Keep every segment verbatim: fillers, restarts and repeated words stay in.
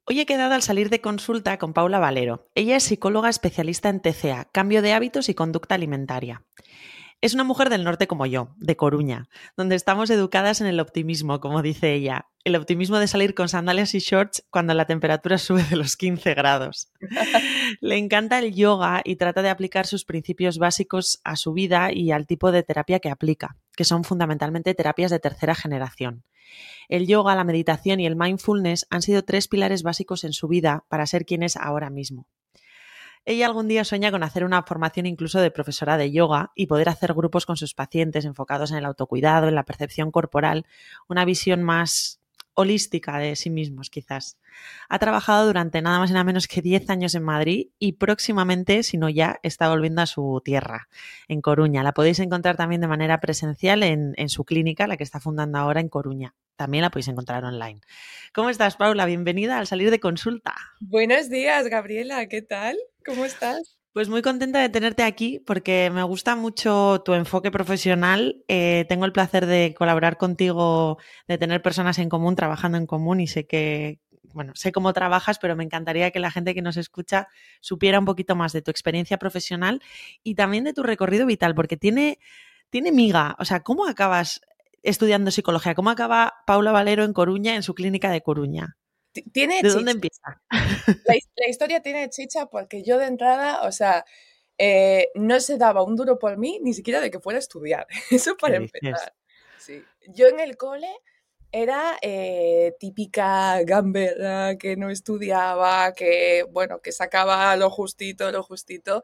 Hoy he quedado al salir de consulta con Paula Valero. Ella es psicóloga especialista en T C A, cambio de hábitos y conducta alimentaria. Es una mujer del norte como yo, de Coruña, donde estamos educadas en el optimismo, como dice ella. El optimismo de salir con sandalias y shorts cuando la temperatura sube de los quince grados. Le encanta el yoga y trata de aplicar sus principios básicos a su vida y al tipo de terapia que aplica, que son fundamentalmente terapias de tercera generación. El yoga, la meditación y el mindfulness han sido tres pilares básicos en su vida para ser quien es ahora mismo. Ella algún día sueña con hacer una formación incluso de profesora de yoga y poder hacer grupos con sus pacientes enfocados en el autocuidado, en la percepción corporal, una visión más holística de sí mismos, quizás. Ha trabajado durante nada más y nada menos que diez años en Madrid y próximamente, si no ya, está volviendo a su tierra, en Coruña. La podéis encontrar también de manera presencial en, en su clínica, la que está fundando ahora en Coruña. También la podéis encontrar online. ¿Cómo estás, Paula? Bienvenida al salir de consulta. Buenos días, Gabriela, ¿qué tal? ¿Cómo estás? Pues muy contenta de tenerte aquí porque me gusta mucho tu enfoque profesional. Eh, tengo el placer de colaborar contigo, de tener personas en común, trabajando en común y sé que, bueno, sé cómo trabajas, pero me encantaría que la gente que nos escucha supiera un poquito más de tu experiencia profesional y también de tu recorrido vital, porque tiene, tiene miga. O sea, ¿cómo acabas estudiando psicología? ¿Cómo acaba Paula Valero en Coruña, en su clínica de Coruña? T- Tiene ¿De dónde chicha. empieza? La, his- la historia tiene chicha porque yo de entrada, o sea, eh, no se daba un duro por mí, ni siquiera de que fuera a estudiar. Eso ¿Qué para dices? empezar. Sí. Yo en el cole era eh, típica gambera que no estudiaba, que, bueno, que sacaba lo justito, lo justito.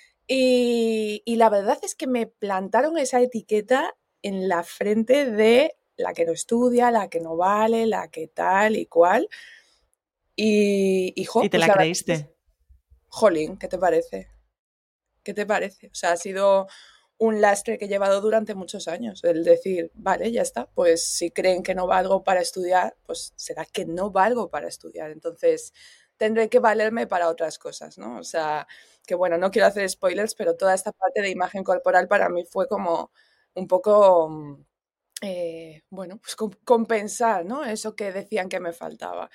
Y, y la verdad es que me plantaron esa etiqueta en la frente de la que no estudia, la que no vale, la que tal y cual. Y, y ¿Y jo, te pues la la verdad es que, creíste? jolín, ¿qué te parece? ¿Qué te parece? O sea, ha sido un lastre que he llevado durante muchos años. El decir, vale, ya está, pues si creen que no valgo para estudiar, pues será que no valgo para estudiar. Entonces tendré que valerme para otras cosas, ¿no? O sea, que bueno, no quiero hacer spoilers, pero toda esta parte de imagen corporal para mí fue como un poco, eh, bueno, pues compensar, ¿no? Eso que decían que me faltaba.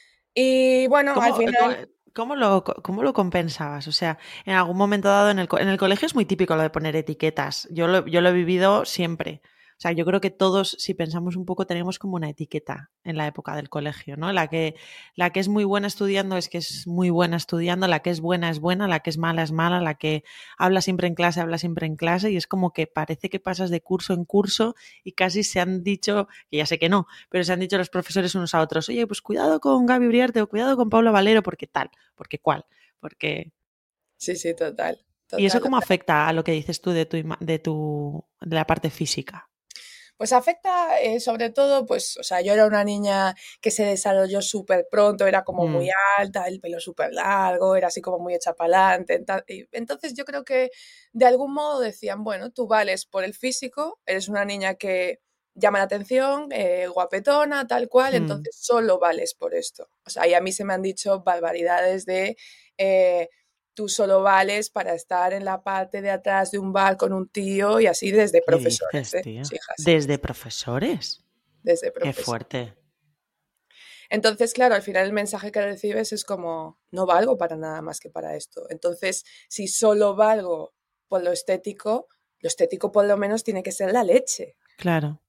Y bueno, al ¿Cómo, cómo, final, cómo lo, cómo lo compensabas? O sea, en algún momento dado en el, co- en el colegio es muy típico lo de poner etiquetas. Yo lo, yo lo he vivido siempre. O sea, yo creo que todos, si pensamos un poco, tenemos como una etiqueta en la época del colegio, ¿no? La que, la que es muy buena estudiando es que es muy buena estudiando, la que es buena es buena, la que es mala es mala, la que habla siempre en clase, habla siempre en clase, y es como que parece que pasas de curso en curso y casi se han dicho, que ya sé que no, pero se han dicho los profesores unos a otros, oye, pues cuidado con Gaby Uriarte o cuidado con Pablo Valero, porque tal, porque cual, porque... sí, sí, total, ¿Y eso total. cómo afecta a lo que dices tú de tu, ima- de tu, de la parte física? Pues afecta eh, sobre todo, pues, o sea, yo era una niña que se desarrolló súper pronto, era como muy Mm, alta, el pelo súper largo, era así como muy hecha para adelante. Entonces yo creo que de algún modo decían, bueno, tú vales por el físico, eres una niña que llama la atención, eh, guapetona, tal cual, mm, entonces solo vales por esto. O sea, y a mí se me han dicho barbaridades de... eh, tú solo vales para estar en la parte de atrás de un bar con un tío y así desde ¿qué profesores, dices, ¿eh? tío? Sí, hija, sí, sí, ¿Desde sí, profesores? desde Qué profesores. fuerte. Entonces, claro, al final el mensaje que recibes es como, no valgo para nada más que para esto. Entonces, si solo valgo por lo estético, lo estético por lo menos tiene que ser la leche. Claro.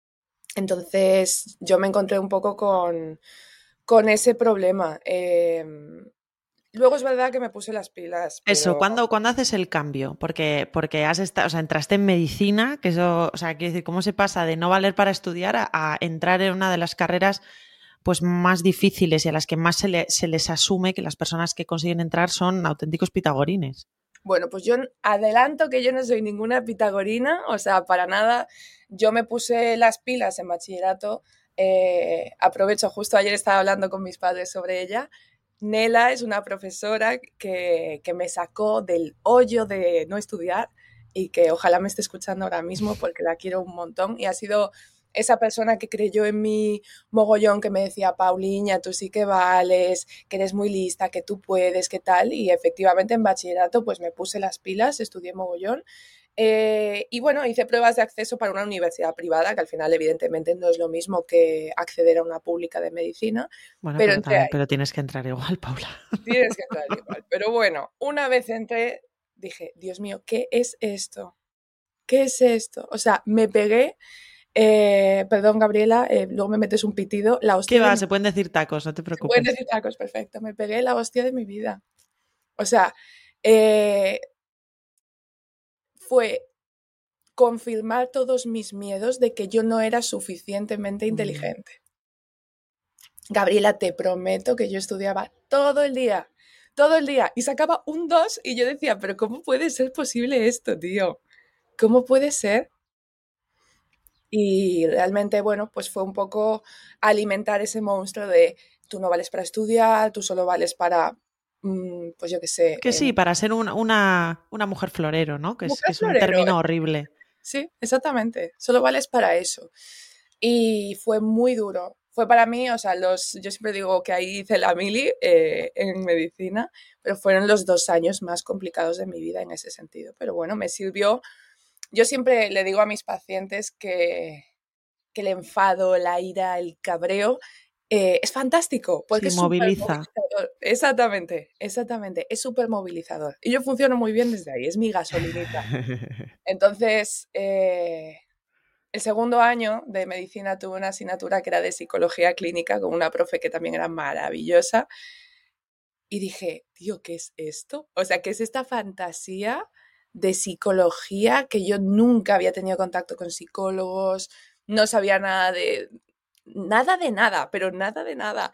Entonces, yo me encontré un poco con, con ese problema. Eh, luego es verdad que me puse las pilas, Eso, pero ¿cuándo, cuándo haces el cambio? Porque, porque has estado, o sea, entraste en medicina, que eso, o sea, quiero decir, ¿cómo se pasa de no valer para estudiar a, a entrar en una de las carreras pues más difíciles y a las que más se, le, se les asume que las personas que consiguen entrar son auténticos pitagorines? bueno, pues yo adelanto que yo no soy ninguna pitagorina, o sea, para nada. Yo me puse las pilas en bachillerato. Eh, aprovecho, justo ayer estaba hablando con mis padres sobre ella. Nela es una profesora que, que me sacó del hoyo de no estudiar y que ojalá me esté escuchando ahora mismo porque la quiero un montón y ha sido esa persona que creyó en mí mogollón, que me decía, Pauliña, tú sí que vales, que eres muy lista, que tú puedes, que tal, y efectivamente en bachillerato pues me puse las pilas, estudié mogollón Eh, y bueno, hice pruebas de acceso para una universidad privada, que al final evidentemente no es lo mismo que acceder a una pública de medicina, Bueno, pero pero entré también, ahí. pero tienes que entrar igual, Paula. Tienes que entrar igual. Pero bueno, una vez entré, dije, Dios mío, ¿qué es esto? ¿Qué es esto? O sea, me pegué, eh, perdón Gabriela, eh, luego me metes un pitido, la ¿Qué hostia de va? mi... Se pueden decir tacos, no te Se pueden preocupes. decir tacos, perfecto, me pegué la hostia de mi vida. O sea, eh, fue confirmar todos mis miedos de que yo no era suficientemente Mm. inteligente. Gabriela, te prometo que yo estudiaba todo el día, todo el día, y sacaba un dos y yo decía, pero ¿cómo puede ser posible esto, tío? ¿Cómo puede ser? Y realmente, bueno, pues fue un poco alimentar ese monstruo de tú no vales para estudiar, tú solo vales para, mm, pues yo qué sé, Que sí, em, para ser una, una, una mujer florero, ¿no? Que es, que mujer es un florero. término horrible. Sí, exactamente. Solo vales para eso. Y fue muy duro. Fue para mí, o sea, los, yo siempre digo que ahí hice la mili eh, en medicina, pero fueron los dos años más complicados de mi vida en ese sentido. Pero bueno, me sirvió. Yo siempre le digo a mis pacientes que, que el enfado, la ira, el cabreo eh, es fantástico porque Sí, es súper moviliza. movilizador. Exactamente, exactamente. Es súper movilizador. Y yo funciono muy bien desde ahí, es mi gasolinita. Entonces, eh, el segundo año de medicina tuve una asignatura que era de psicología clínica con una profe que también era maravillosa y dije, tío, ¿qué es esto? O sea, ¿qué es esta fantasía de psicología que yo nunca había tenido contacto con psicólogos, no sabía nada de nada de nada, pero nada de nada.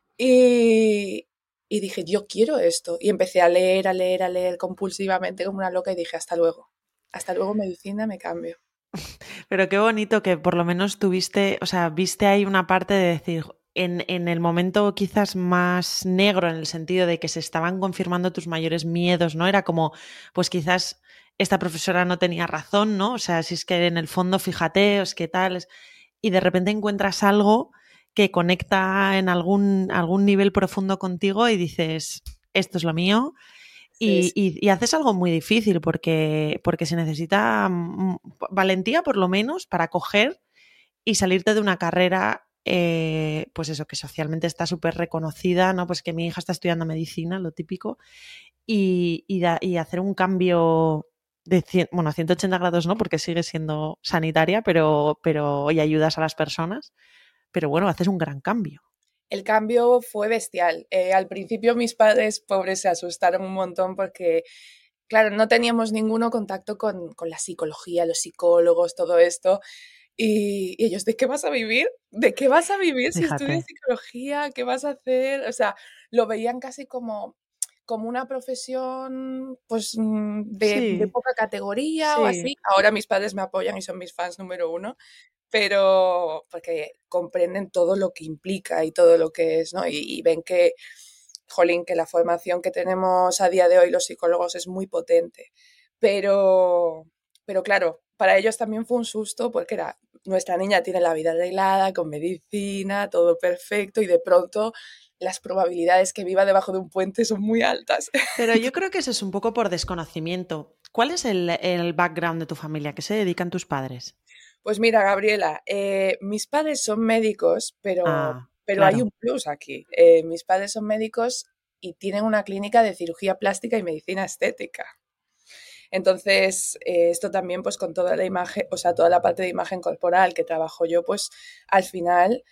Y, y dije, yo quiero esto. Y empecé a leer, a leer, a leer compulsivamente como una loca y dije, hasta luego. Hasta luego, medicina, me cambio. Pero qué bonito que por lo menos tuviste, o sea, viste ahí una parte de decir, en, en el momento quizás más negro, en el sentido de que se estaban confirmando tus mayores miedos, ¿no? Era como, pues quizás esta profesora no tenía razón, ¿no? O sea, si es que en el fondo, fíjate, o es que tal, es- y de repente encuentras algo que conecta en algún, algún nivel profundo contigo y dices, esto es lo mío. Sí, Y, sí. y- y haces algo muy difícil porque, porque se necesita mm, valentía, por lo menos, para coger y salirte de una carrera, eh, pues eso, que socialmente está súper reconocida, ¿no? Pues que mi hija está estudiando medicina, lo típico, y, y, da- y hacer un cambio de, cien- bueno, a ciento ochenta grados, ¿no? Porque sigue siendo sanitaria, pero, pero y ayudas a las personas, pero bueno, haces un gran cambio. El cambio fue bestial. Eh, al principio mis padres, pobres, se asustaron un montón porque, claro, no teníamos ninguno contacto con, con la psicología, los psicólogos, todo esto. Y, y ellos, ¿de qué vas a vivir? ¿De qué vas a vivir si estudias Fíjate. psicología? ¿Qué vas a hacer? O sea, lo veían casi como, como una profesión pues mm, de, de Sí, poca categoría o sí. así. Ahora mis padres me apoyan y son mis fans número uno, pero porque comprenden todo lo que implica y todo lo que es, ¿no? Y, y ven que, jolín, que la formación que tenemos a día de hoy los psicólogos es muy potente. Pero, pero claro, para ellos también fue un susto porque era, nuestra niña tiene la vida arreglada, con medicina, todo perfecto, y de pronto las probabilidades que viva debajo de un puente son muy altas. Pero yo creo que eso es un poco por desconocimiento. ¿Cuál es el, el background de tu familia? ¿A qué se dedican tus padres? Pues mira, Gabriela, eh, mis padres son médicos, pero, Ah, pero hay claro. un plus aquí. Eh, mis padres son médicos y tienen una clínica de cirugía plástica y medicina estética. Entonces, eh, esto también, pues con toda la imagen, o sea, toda la parte de imagen corporal que trabajo yo, pues al final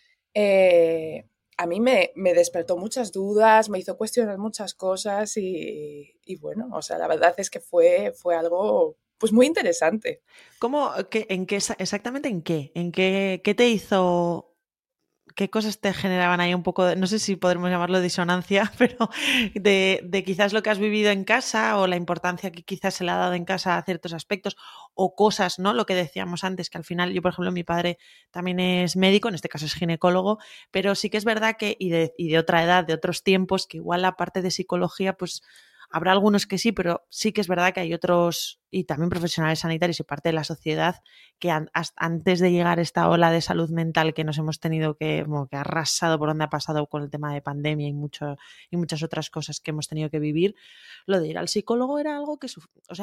eh, a mí me, me, despertó muchas dudas, me hizo cuestionar muchas cosas y, y bueno, o sea, la verdad es que fue, fue algo pues muy interesante. ¿Cómo, qué, en qué, exactamente en qué? ¿En qué, qué te hizo? ¿Qué cosas te generaban ahí un poco, de, no sé si podremos llamarlo disonancia, pero de, de quizás lo que has vivido en casa o la importancia que quizás se le ha dado en casa a ciertos aspectos o cosas, ¿no? Lo que decíamos antes, que al final yo, por ejemplo, mi padre también es médico, en este caso es ginecólogo, pero sí que es verdad que, y de, y de otra edad, de otros tiempos, que igual la parte de psicología, pues habrá algunos que sí, pero sí que es verdad que hay otros, y también profesionales sanitarios y parte de la sociedad, que an, antes de llegar a esta ola de salud mental que nos hemos tenido que, como que ha arrasado por donde ha pasado con el tema de pandemia y, mucho, y muchas otras cosas que hemos tenido que vivir, lo de ir al psicólogo era algo que, o sea,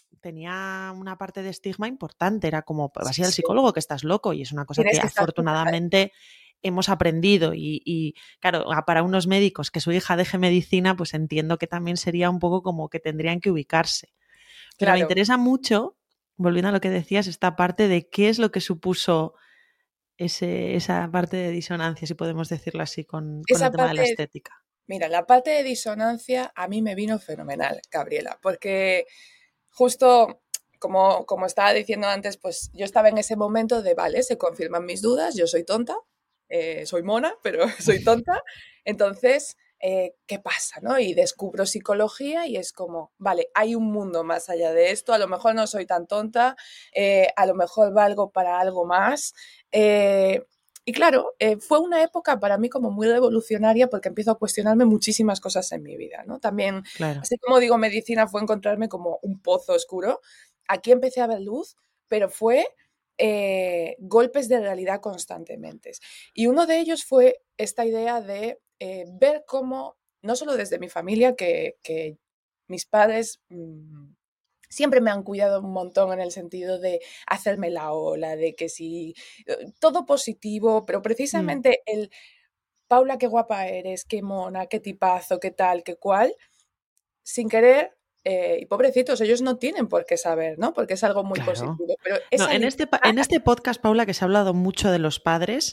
tenía una parte de estigma importante, era como, vas a ir al Sí, psicólogo, que estás loco, y es una cosa tienes que que estar loca. afortunadamente hemos aprendido y, y, claro, para unos médicos que su hija deje medicina, pues entiendo que también sería un poco como que tendrían que ubicarse. Pero me Claro, interesa mucho, volviendo a lo que decías, esta parte de qué es lo que supuso ese, esa parte de disonancia, si podemos decirlo así, con, con el esa tema de la parte, estética. mira, la parte de disonancia a mí me vino fenomenal, Gabriela, porque justo como, como estaba diciendo antes, pues yo estaba en ese momento de, vale, se confirman mis dudas, yo soy tonta, eh, soy mona, pero soy tonta, entonces, eh, ¿qué pasa? ¿No? Y descubro psicología y es como, vale, hay un mundo más allá de esto, a lo mejor no soy tan tonta, eh, a lo mejor valgo para algo más. Eh, y claro, eh, fue una época para mí como muy revolucionaria porque empiezo a cuestionarme muchísimas cosas en mi vida, ¿no? También, Claro. así como digo, medicina fue encontrarme como un pozo oscuro. Aquí empecé a ver luz, pero fue eh, golpes de realidad constantemente. Y uno de ellos fue esta idea de eh, ver cómo, no solo desde mi familia, que, que mis padres mmm, siempre me han cuidado un montón en el sentido de hacerme la ola, de que si todo positivo, pero Mm. precisamente el Paula, qué guapa eres, qué mona, qué tipazo, qué tal, qué cual, sin querer, eh, y pobrecitos, ellos no tienen por qué saber, ¿no? Porque es algo muy Claro. positivo, pero No, esa en este, libertad, en este podcast, Paula, que se ha hablado mucho de los padres,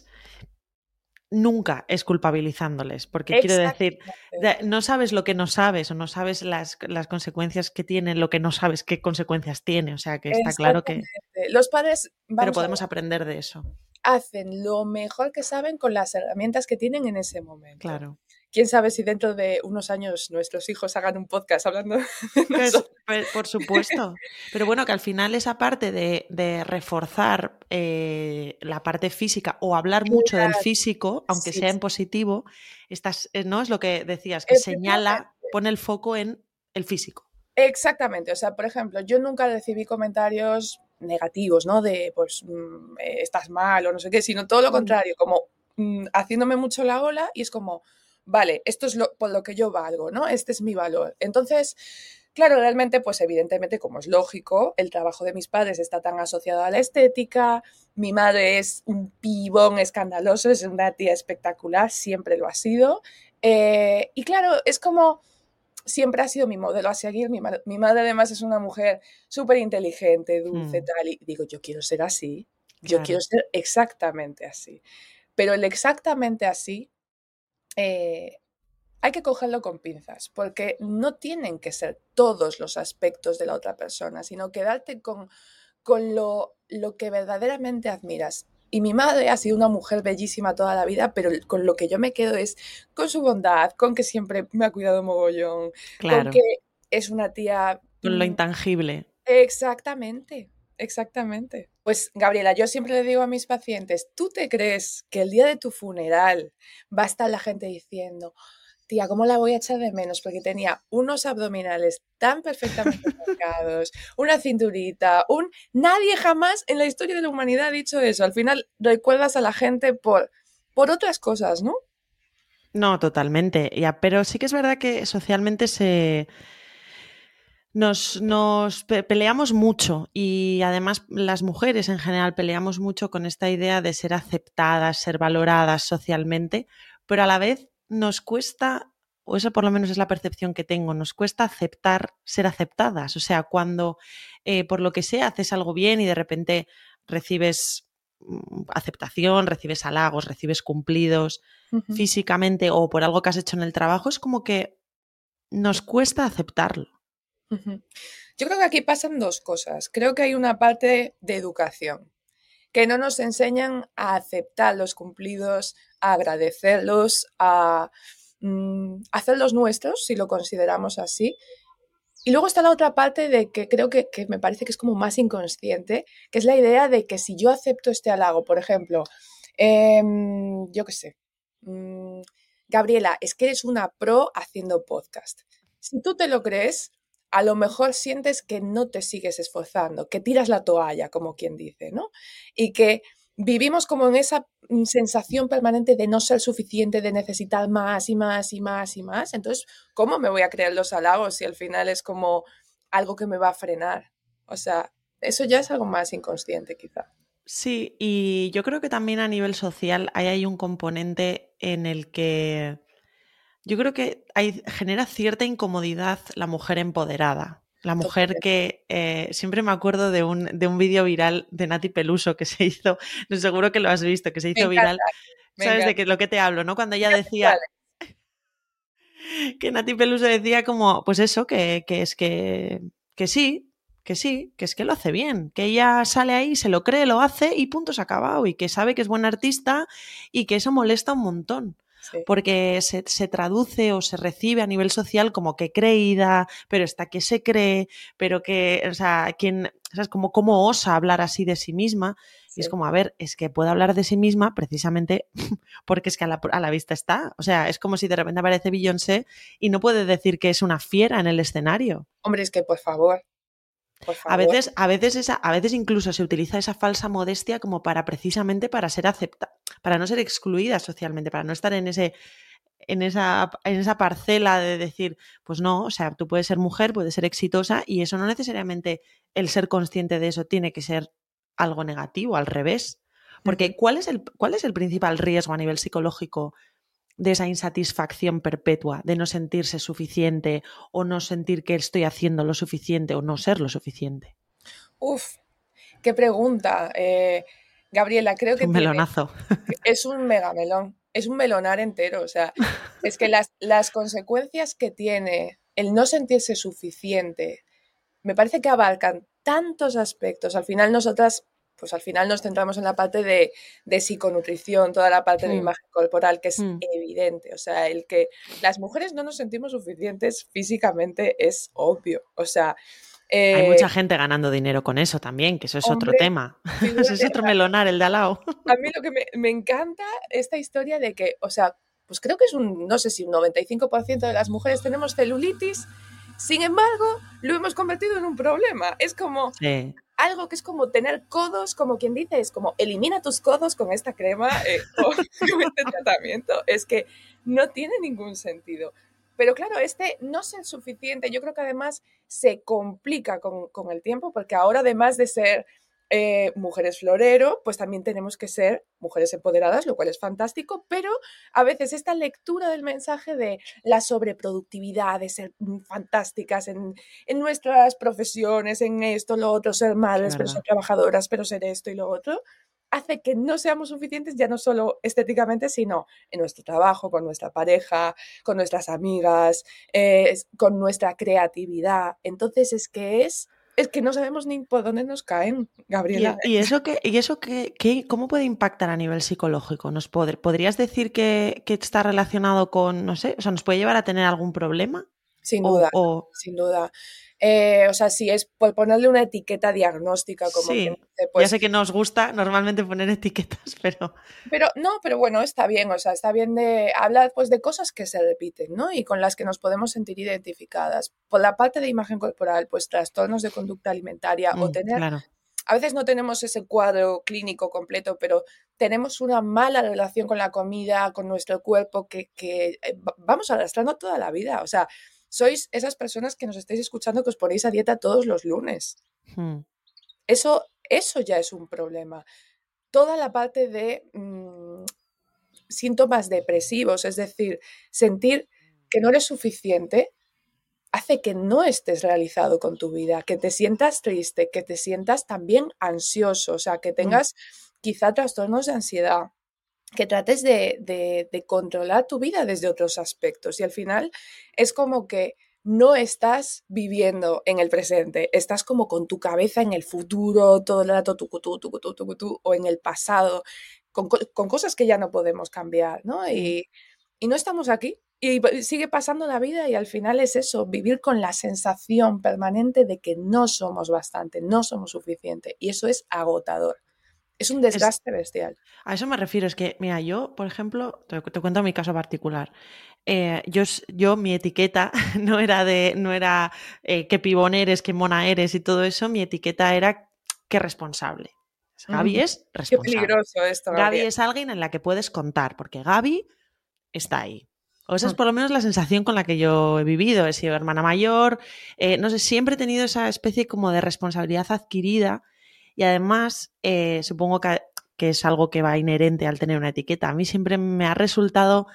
nunca es culpabilizándoles, porque quiero decir, exactamente, no sabes lo que no sabes o no sabes las, las consecuencias que tiene, lo que no sabes qué consecuencias tiene, o sea que está claro que, exactamente. Los padres, pero vamos a ver, podemos aprender de eso, hacen lo mejor que saben con las herramientas que tienen en ese momento. claro. Quién sabe si dentro de unos años nuestros hijos hagan un podcast hablando de Pues, nosotros. pues, por supuesto. Pero bueno, que al final esa parte de, de reforzar eh, la parte física o hablar mucho del Claro, físico, aunque sí, sea en positivo, estás, eh, ¿no? Es lo que decías, que efectivamente. señala, pone el foco en el físico. Exactamente, o sea, por ejemplo, yo nunca recibí comentarios negativos, ¿no? De, pues, mm, eh, estás mal o no sé qué, sino todo lo Mm, contrario, como mm, haciéndome mucho la ola y es como, vale, esto es lo, por lo que yo valgo, ¿no? Este es mi valor. Entonces, claro, realmente, pues evidentemente, como es lógico, el trabajo de mis padres está tan asociado a la estética, mi madre es un pibón escandaloso, es una tía espectacular, siempre lo ha sido. Eh, y claro, es como siempre ha sido mi modelo a seguir. Mi, ma mi madre además es una mujer súper inteligente, dulce, mm, tal. Y digo, yo quiero ser así, yo quiero claro. ser exactamente así. Pero el exactamente así eh, hay que cogerlo con pinzas, porque no tienen que ser todos los aspectos de la otra persona, sino quedarte con, con lo, lo que verdaderamente admiras. Y mi madre ha sido una mujer bellísima toda la vida, pero con lo que yo me quedo es con su bondad, con que siempre me ha cuidado mogollón, con que Claro. es una tía... Con lo mm, intangible. exactamente, exactamente. Pues Gabriela, yo siempre le digo a mis pacientes, ¿tú te crees que el día de tu funeral va a estar la gente diciendo, tía, ¿cómo la voy a echar de menos? Porque tenía unos abdominales tan perfectamente marcados, una cinturita, un... Nadie jamás en la historia de la humanidad ha dicho eso. Al final recuerdas a la gente por, por otras cosas, ¿no? No, totalmente. Ya, pero sí que es verdad que socialmente se nos, nos pe- peleamos mucho y además las mujeres en general peleamos mucho con esta idea de ser aceptadas, ser valoradas socialmente, pero a la vez nos cuesta, o esa por lo menos es la percepción que tengo, nos cuesta aceptar ser aceptadas. O sea, cuando eh, por lo que sea haces algo bien y de repente recibes mm, aceptación, recibes halagos, recibes cumplidos Ujú. físicamente o por algo que has hecho en el trabajo, es como que nos cuesta aceptarlo. Ujú. Yo creo que aquí pasan dos cosas. Creo que hay una parte de educación, que no nos enseñan a aceptar los cumplidos, a agradecerlos, a mm, hacerlos nuestros, si lo consideramos así. Y luego está la otra parte de que creo que, que me parece que es como más inconsciente, que es la idea de que si yo acepto este halago, por ejemplo, em, yo qué sé, mm, Gabriela, es que eres una pro haciendo podcast. Si tú te lo crees, a lo mejor sientes que no te sigues esforzando, que tiras la toalla, como quien dice, ¿no? Y que vivimos como en esa mm, sensación permanente de no ser suficiente, de necesitar más y más y más y más. Entonces, ¿cómo me voy a creer los halagos si al final es como algo que me va a frenar? O sea, eso ya es algo más inconsciente quizá. Sí, y yo creo que también a nivel social hay, hay un componente en el que yo creo que hay, genera cierta incomodidad la mujer empoderada. La mujer Totalmente. que eh, siempre me acuerdo de un, de un vídeo viral de Nati Peluso que se hizo, no seguro que lo has visto, que se Me hizo viral. encanta, me ¿Sabes de encanta. qué, lo que te hablo, no? Cuando ella Ya sé cuál decía que Nati Peluso decía como, pues eso, que, que es que, que sí, que sí, que es que lo hace bien, que ella sale ahí, se lo cree, lo hace y punto, se ha acabado, y que sabe que es buena artista y que eso molesta un montón. Sí, Porque se, se traduce o se recibe a nivel social como que creída, pero está que se cree, pero que, o sea, quien, o sea, es como cómo osa hablar así de sí misma. Y es sí. como, a ver, es que puede hablar de sí misma precisamente porque es que a la, a la vista está. O sea, es como si de repente aparece Beyoncé y no puede decir que es una fiera en el escenario. Hombre, es que por favor, por A favor. veces, a veces, esa, a veces incluso se utiliza esa falsa modestia como para precisamente para ser aceptada, para no ser excluida socialmente, para no estar en ese, en esa, en esa parcela de decir, pues no, o sea, tú puedes ser mujer, puedes ser exitosa y eso no necesariamente el ser consciente de eso tiene que ser algo negativo, al revés. Ujú. Porque ¿cuál es el, cuál es el principal riesgo a nivel psicológico de esa insatisfacción perpetua, de no sentirse suficiente o no sentir que estoy haciendo lo suficiente o no ser lo suficiente? Uf, qué pregunta. Eh, Gabriela, creo Es que un tiene, melonazo. es un megamelón, es un melonar entero. O sea, es que las, las consecuencias que tiene el no sentirse suficiente, me parece que abarcan tantos aspectos. Al final nosotras, pues al final nos centramos en la parte de, de psiconutrición, toda la parte de Hmm, imagen corporal, que es hmm. evidente. O sea, el que las mujeres no nos sentimos suficientes físicamente es obvio. O sea, Hay eh, mucha gente ganando dinero con eso también, que eso es otro hombre, tema. Ese es figúrate, o otro sea, melonar, el de al lado. a mí lo que me, me encanta esta historia de que, o sea, pues creo que es un, no sé si un noventa y cinco por ciento de las mujeres tenemos celulitis, sin embargo, lo hemos convertido en un problema. Es como, Sí. algo que es como tener codos, como quien dice, es como elimina tus codos con esta crema eh, o con este tratamiento. Es que no tiene ningún sentido. Pero claro, este no ser suficiente, yo creo que además se complica con, con el tiempo, porque ahora además de ser eh, mujeres florero, pues también tenemos que ser mujeres empoderadas, lo cual es fantástico, pero a veces esta lectura del mensaje de la sobreproductividad, de ser fantásticas en, en nuestras profesiones, en esto, lo otro, ser Es madres, pero ser verdad. trabajadoras, pero ser esto y lo otro, hace que no seamos suficientes ya no solo estéticamente, sino en nuestro trabajo, con nuestra pareja, con nuestras amigas, eh, con nuestra creatividad. Entonces es que es, es que no sabemos ni por dónde nos caen, Gabriela. ¿Y, y eso, qué, y eso qué, qué- cómo puede impactar a nivel psicológico? ¿Nos pod- ¿Podrías decir que, que está relacionado con, no sé, o sea, nos puede llevar a tener algún problema? Sin O, duda, o sin duda. Eh, o sea, si es por ponerle una etiqueta diagnóstica, como que sí, ya pues sé que no os gusta normalmente poner etiquetas, pero pero no, pero bueno, está bien, o sea, está bien de hablar pues de cosas que se repiten, ¿no? Y con las que nos podemos sentir identificadas. Por la parte de imagen corporal, pues trastornos de conducta alimentaria o mm, tener, claro, a veces no tenemos ese cuadro clínico completo, pero tenemos una mala relación con la comida, con nuestro cuerpo, que, que eh, va- vamos arrastrando toda la vida. O sea, sois esas personas que nos estáis escuchando que os ponéis a dieta todos los lunes. mm, Eso, eso ya es un problema. Toda la parte de mm, síntomas depresivos, es decir, sentir que no eres suficiente, hace que no estés realizado con tu vida, que te sientas triste, que te sientas también ansioso, o sea, que mm. tengas quizá trastornos de ansiedad, que trates de, de, de controlar tu vida desde otros aspectos. Y al final es como que no estás viviendo en el presente, estás como con tu cabeza en el futuro, todo el rato tucutú, tucutú, tucutú, o en el pasado, con, con cosas que ya no podemos cambiar, ¿no? Mm. Y, y no estamos aquí. Y sigue pasando la vida y al final es eso, vivir con la sensación permanente de que no somos bastante, no somos suficiente. Y eso es agotador. Es un Es, desgaste bestial. a eso me refiero, es que, mira, yo, por ejemplo, te, te cuento mi caso particular. Eh, yo, s- yo, mi etiqueta no era de, no era eh, qué pibón eres, qué mona eres y todo eso, mi etiqueta era qué responsable. Gaby Mm, es qué responsable. peligroso esto, Gaby Gabriel. es alguien en la que puedes contar, porque Gaby está ahí. O esa es por lo menos la sensación con la que yo he vivido. He sido hermana mayor, eh, no sé, siempre he tenido esa especie como de responsabilidad adquirida y además eh, supongo que, que es algo que va inherente al tener una etiqueta. A mí siempre me ha resultado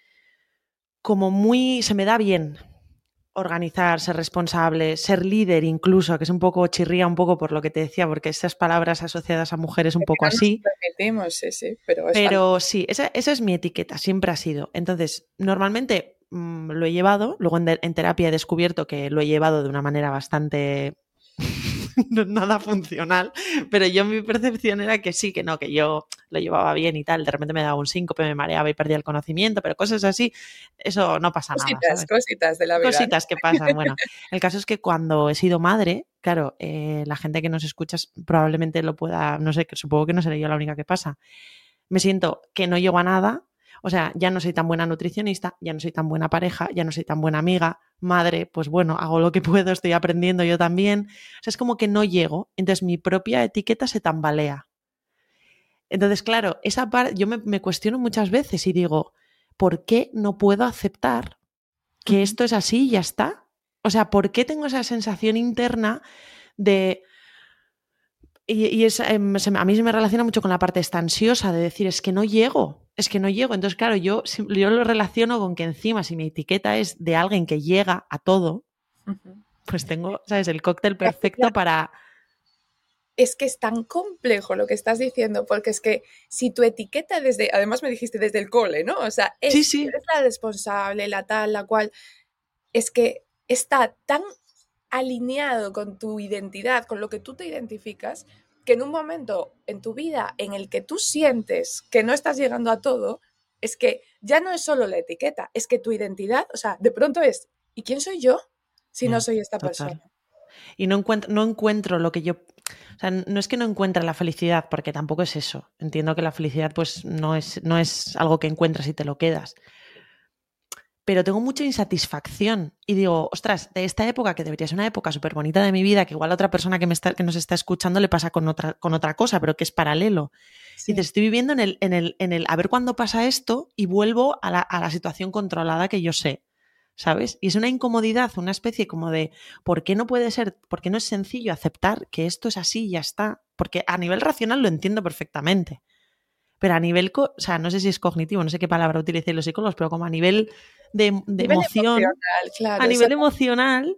como muy, se me da bien organizar, ser responsable, ser líder incluso, que es un poco, chirría un poco por lo que te decía, porque esas palabras asociadas a mujeres un poco No nos así. permitimos, sí, sí, pero es Pero fantástico. sí, esa, esa es mi etiqueta, siempre ha sido. Entonces, normalmente mmm, lo he llevado, luego en, de, en terapia he descubierto que lo he llevado de una manera bastante nada funcional, pero yo mi percepción era que sí, que no, que yo lo llevaba bien y tal, de repente me daba un síncope, me mareaba y perdía el conocimiento, pero cosas así, eso no pasa nada, Cositas, ¿sabes? cositas de la vida, ¿no? Cositas que pasan. Bueno, el caso es que cuando he sido madre, claro, eh, la gente que nos escucha probablemente lo pueda, no sé, supongo que no seré yo la única que pasa. Me siento que no llego a nada, o sea, ya no soy tan buena nutricionista, ya no soy tan buena pareja, ya no soy tan buena amiga, madre, pues bueno, hago lo que puedo, estoy aprendiendo yo también. O sea, es como que no llego, entonces mi propia etiqueta se tambalea. Entonces, claro, esa parte yo me, me cuestiono muchas veces y digo, ¿por qué no puedo aceptar que Ujú. esto es así y ya está? O sea, ¿por qué tengo esa sensación interna de... Y, y es, eh, se, a mí se me relaciona mucho con la parte esta ansiosa de decir, es que no llego, es que no llego. Entonces, claro, yo, yo lo relaciono con que encima, si mi etiqueta es de alguien que llega a todo, Ujú. pues tengo, ¿sabes?, el cóctel Ya, ya. perfecto para... Es que es tan complejo lo que estás diciendo, porque es que si tu etiqueta desde, además me dijiste desde el cole, ¿no? O sea, Sí, es, sí, eres la responsable, la tal, la cual, es que está tan alineado con tu identidad, con lo que tú te identificas, que en un momento en tu vida en el que tú sientes que no estás llegando a todo, es que ya no es solo la etiqueta, es que tu identidad, o sea, de pronto es, ¿y quién soy yo si no yeah, soy esta persona? total. Y no encuentro, no encuentro lo que yo... O sea, no es que no encuentre la felicidad, porque tampoco es eso. Entiendo que la felicidad pues no es, no es algo que encuentras y te lo quedas. Pero tengo mucha insatisfacción y digo, ostras, de esta época, que debería ser una época súper bonita de mi vida, que igual a otra persona que, me está, que nos está escuchando le pasa con otra, con otra cosa, pero que es paralelo. Y Sí. dices, estoy viviendo en el, en, el, en el a ver cuándo pasa esto y vuelvo a la, a la situación controlada que yo sé, ¿sabes? Y es una incomodidad, una especie como de, ¿por qué no puede ser, por qué no es sencillo aceptar que esto es así y ya está? Porque a nivel racional lo entiendo perfectamente. Pero a nivel, o sea, no sé si es cognitivo, no sé qué palabra utilicen los psicólogos, pero como a nivel de, de Nivel emoción, emocional, a claro, nivel exacto. emocional,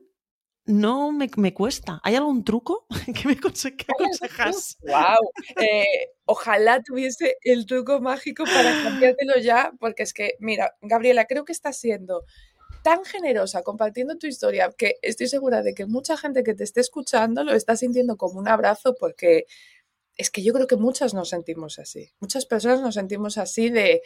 no me, me cuesta. ¿Hay algún truco que me conse que aconsejas? Wow. Eh, ojalá tuviese el truco mágico para cambiártelo ya, porque es que, mira, Gabriela, creo que estás siendo tan generosa compartiendo tu historia que estoy segura de que mucha gente que te esté escuchando lo está sintiendo como un abrazo, porque es que yo creo que muchas nos sentimos así. Muchas personas nos sentimos así de,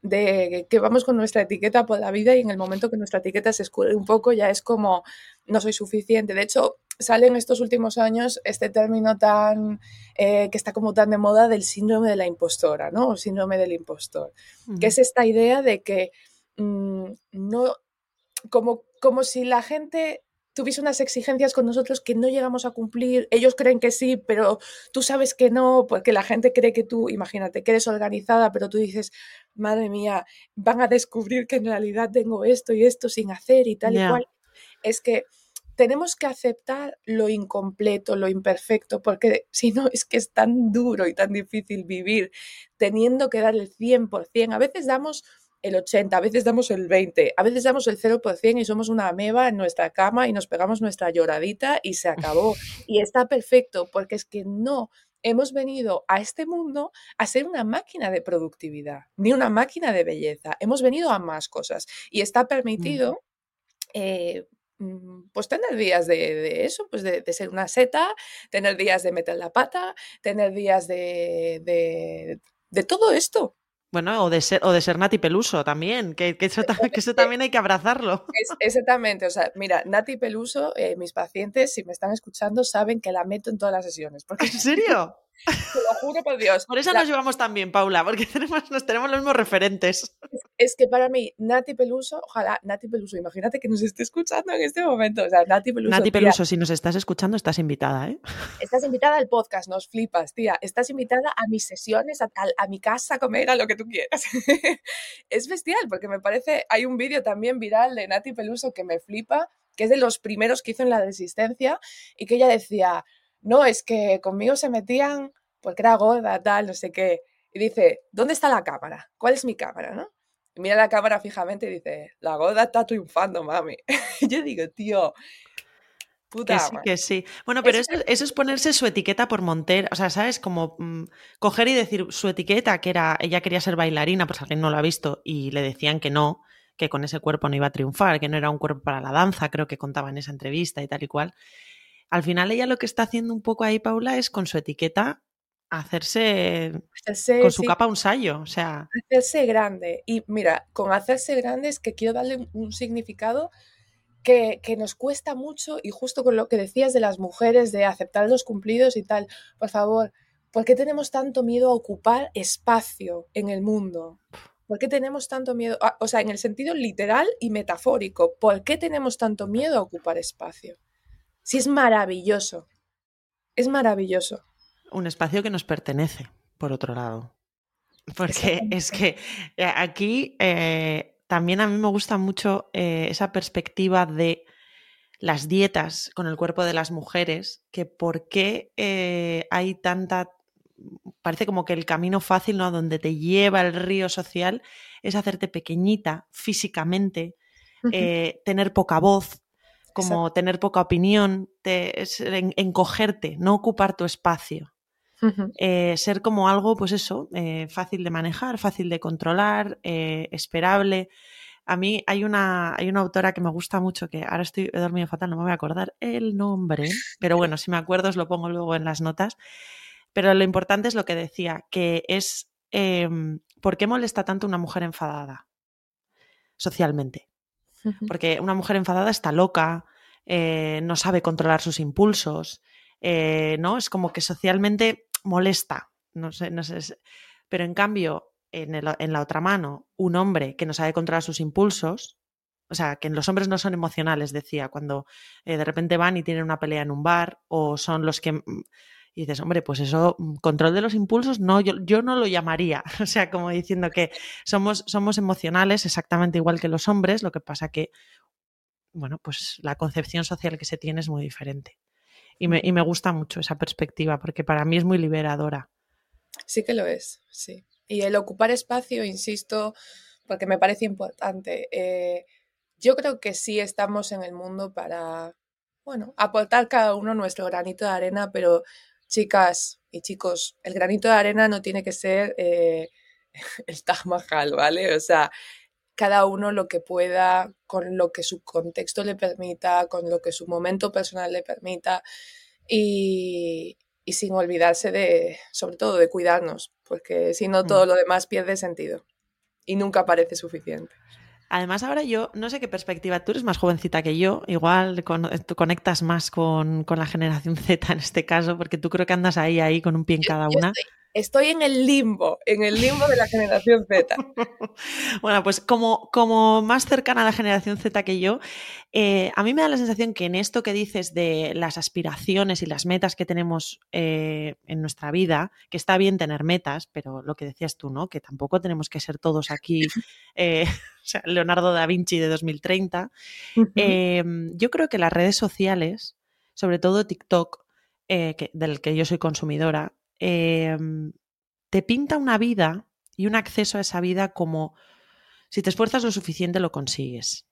de que vamos con nuestra etiqueta por la vida y en el momento que nuestra etiqueta se escurre un poco ya es como no soy suficiente. De hecho, sale en estos últimos años este término tan eh, que está como tan de moda del síndrome de la impostora, ¿no? O síndrome del impostor, que Mm, es esta idea de que mmm, no, como, como si la gente tuviese unas exigencias con nosotros que no llegamos a cumplir, ellos creen que sí, pero tú sabes que no, porque la gente cree que tú, imagínate, que eres organizada, pero tú dices, madre mía, van a descubrir que en realidad tengo esto y esto sin hacer y tal y ya, cual. Es que tenemos que aceptar lo incompleto, lo imperfecto, porque si no es que es tan duro y tan difícil vivir teniendo que dar el cien por ciento. A veces damos el ochenta, a veces damos el veinte, a veces damos el cero por ciento y somos una ameba en nuestra cama y nos pegamos nuestra lloradita y se acabó. Y está perfecto, porque es que no hemos venido a este mundo a ser una máquina de productividad, ni una máquina de belleza. Hemos venido a más cosas y está mm. permitido eh, mm, pues tener días de, de eso, pues de, de ser una seta, tener días de meter la pata, tener días de, de, de todo esto. Bueno, o de ser, o de ser Nati Peluso también, que, que, eso, ta- que eso también hay que abrazarlo. Es, exactamente, o sea, mira, Nati Peluso, eh, mis pacientes, si me están escuchando, saben que la meto en todas las sesiones, porque ¿En serio? Te lo juro por Dios. Por eso La... nos llevamos tan bien, Paula, porque tenemos, nos tenemos los mismos referentes. Es, es que para mí, Nati Peluso, ojalá, Nati Peluso, imagínate que nos esté escuchando en este momento. O sea, Nati Peluso, Nati tía, Peluso, si nos estás escuchando, estás invitada, ¿eh? estás invitada al podcast, nos flipas, tía. Estás invitada a mis sesiones, a, a, a mi casa, a comer, a lo que tú quieras. Es bestial, porque me parece, hay un vídeo también viral de Nati Peluso que me flipa, que es de los primeros que hizo en La Resistencia, y que ella decía, no, es que conmigo se metían porque era gorda, tal, no sé qué. Y dice, ¿dónde está la cámara? ¿Cuál es mi cámara, no? Y mira la cámara fijamente y dice, la gorda está triunfando, mami. Y yo digo, tío, puta Que sí, madre. que sí. Bueno, pero Es eso, eso es ponerse su etiqueta por Montero. O sea, ¿sabes? Como mmm, coger y decir su etiqueta, que era, ella quería ser bailarina, pues alguien no lo ha visto, y le decían que no, que con ese cuerpo no iba a triunfar, que no era un cuerpo para la danza, creo que contaba en esa entrevista y tal y cual. Al final ella lo que está haciendo un poco ahí, Paula, es con su etiqueta hacerse hacerse, con su sí, capa un sallo. O sea, hacerse grande. Y mira, con hacerse grande es que quiero darle un, un significado que, que nos cuesta mucho, y justo con lo que decías de las mujeres, de aceptar los cumplidos y tal, por favor, ¿por qué tenemos tanto miedo a ocupar espacio en el mundo? ¿Por qué tenemos tanto miedo? A, o sea, en el sentido literal y metafórico, ¿por qué tenemos tanto miedo a ocupar espacio? Si es maravilloso, es maravilloso. un espacio que nos pertenece, por otro lado. Porque es Exactamente. que aquí eh, también a mí me gusta mucho eh, esa perspectiva de las dietas con el cuerpo de las mujeres, que por qué eh, hay tanta... Parece como que el camino fácil, ¿no? Donde te lleva el río social es hacerte pequeñita físicamente, eh, tener poca voz, Exacto. como tener poca opinión, te, es en, encogerte, no ocupar tu espacio. Eh, ser como algo, pues eso, eh, fácil de manejar, fácil de controlar, eh, esperable. A mí hay una, hay una autora que me gusta mucho, que ahora estoy he dormido fatal, no me voy a acordar el nombre, pero bueno, si me acuerdo os lo pongo luego en las notas. Pero lo importante es lo que decía, que es eh, ¿por qué molesta tanto una mujer enfadada socialmente? Porque una mujer enfadada está loca, eh, no sabe controlar sus impulsos, eh, ¿no? Es como que socialmente molesta, no sé, no sé. Pero en cambio, en, el, en la otra mano, un hombre que no sabe controlar sus impulsos, o sea, que los hombres no son emocionales, decía, cuando eh, de repente van y tienen una pelea en un bar, o son los que... Y dices, hombre, pues eso, control de los impulsos, no, yo, yo no lo llamaría. O sea, como diciendo que somos, somos emocionales exactamente igual que los hombres, lo que pasa que, bueno, pues la concepción social que se tiene es muy diferente. Y me, y me gusta mucho esa perspectiva, porque para mí es muy liberadora. Sí que lo es, sí. Y el ocupar espacio, insisto, porque me parece importante. Eh, yo creo que sí estamos en el mundo para, bueno, aportar cada uno nuestro granito de arena, pero chicas y chicos, el granito de arena no tiene que ser eh, el Taj Mahal, ¿vale? O sea, cada uno lo que pueda, con lo que su contexto le permita, con lo que su momento personal le permita, y, y sin olvidarse de, sobre todo, de cuidarnos, porque si no todo Mm. lo demás pierde sentido y nunca parece suficiente. Además, ahora yo no sé qué perspectiva, tú eres más jovencita que yo, igual con, tú conectas más con, con la generación Z en este caso, porque tú creo que andas ahí, ahí con un pie en Yo, cada yo una. estoy, estoy en el limbo, en el limbo de la generación Z. Bueno, pues como, como más cercana a la generación Z que yo, eh, a mí me da la sensación que en esto que dices de las aspiraciones y las metas que tenemos eh, en nuestra vida, que está bien tener metas, pero lo que decías tú, ¿no? Que tampoco tenemos que ser todos aquí eh, o sea, Leonardo da Vinci de dos mil treinta. Uh-huh. Eh, yo creo que las redes sociales, sobre todo TikTok, eh, que, del que yo soy consumidora, eh, te pinta una vida y un acceso a esa vida como si te esfuerzas lo suficiente lo consigues.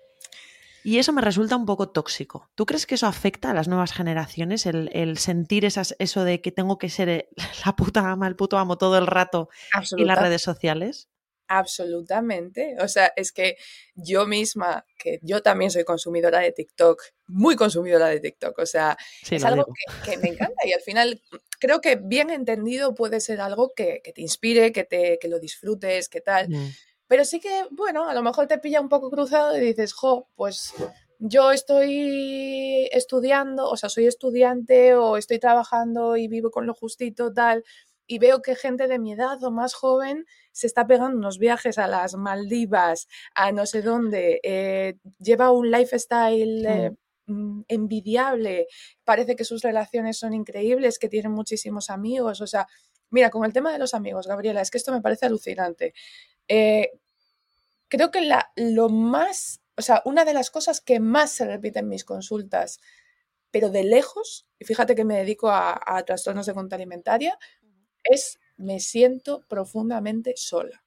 Y eso me resulta un poco tóxico. ¿Tú crees que eso afecta a las nuevas generaciones? El, el sentir esas, eso de que tengo que ser la puta ama, el puto amo todo el rato y las Absoluta, redes sociales. absolutamente. O sea, es que yo misma, que yo también soy consumidora de TikTok, muy consumidora de TikTok, o sea, Sí, es lo algo digo. que, que me encanta, y al final creo que bien entendido puede ser algo que, que te inspire, que, te, que lo disfrutes, que tal. Mm. Pero sí que, bueno, a lo mejor te pilla un poco cruzado y dices, jo, pues yo estoy estudiando, o sea, soy estudiante o estoy trabajando y vivo con lo justito, tal, y veo que gente de mi edad o más joven se está pegando unos viajes a las Maldivas, a no sé dónde, eh, lleva un lifestyle eh, mm, envidiable, parece que sus relaciones son increíbles, que tienen muchísimos amigos, o sea, mira, con el tema de los amigos, Gabriela, es que esto me parece alucinante. Eh, creo que la, lo más, o sea, una de las cosas que más se repite en mis consultas, pero de lejos, y fíjate que me dedico a, a trastornos de conducta alimentaria, es me siento profundamente sola.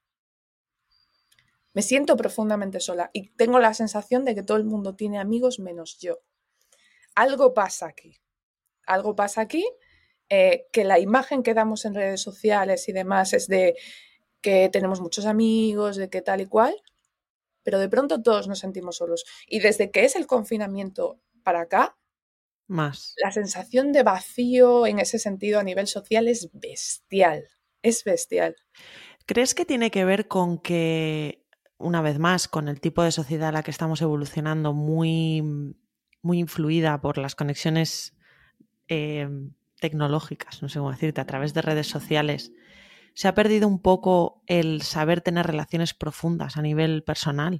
Me siento profundamente sola y tengo la sensación de que todo el mundo tiene amigos menos yo. Algo pasa aquí. Algo pasa aquí, eh, que la imagen que damos en redes sociales y demás es de que tenemos muchos amigos, de que tal y cual, pero de pronto todos nos sentimos solos. Y desde que es el confinamiento para acá, más. La sensación de vacío en ese sentido a nivel social es bestial, es bestial. ¿Crees que tiene que ver con que, una vez más, con el tipo de sociedad a la que estamos evolucionando, muy, muy influida por las conexiones eh, tecnológicas, no sé cómo decirte, a través de redes sociales, se ha perdido un poco el saber tener relaciones profundas a nivel personal?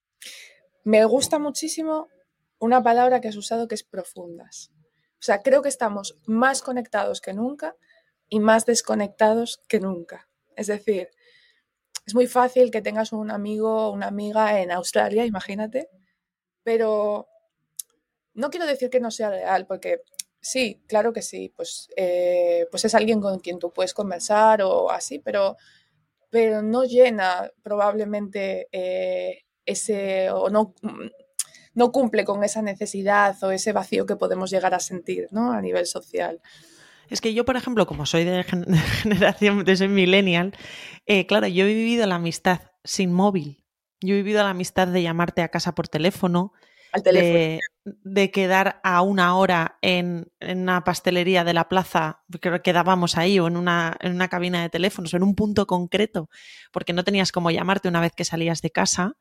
Me gusta muchísimo una palabra que has usado, que es profundas. O sea, creo que estamos más conectados que nunca y más desconectados que nunca. Es decir, es muy fácil que tengas un amigo o una amiga en Australia, imagínate, pero no quiero decir que no sea real, porque sí, claro que sí, pues, eh, pues es alguien con quien tú puedes conversar o así, pero, pero no llena probablemente eh, ese, o no, no cumple con esa necesidad o ese vacío que podemos llegar a sentir, ¿no? A nivel social. Es que yo, por ejemplo, como soy de, gen- de generación, de soy millennial, eh, claro, yo he vivido la amistad sin móvil. Yo he vivido la amistad de llamarte a casa por teléfono, Al teléfono. de, de quedar a una hora en, en una pastelería de la plaza, que quedábamos ahí, o en una, en una cabina de teléfonos, o en un punto concreto, porque no tenías cómo llamarte una vez que salías de casa.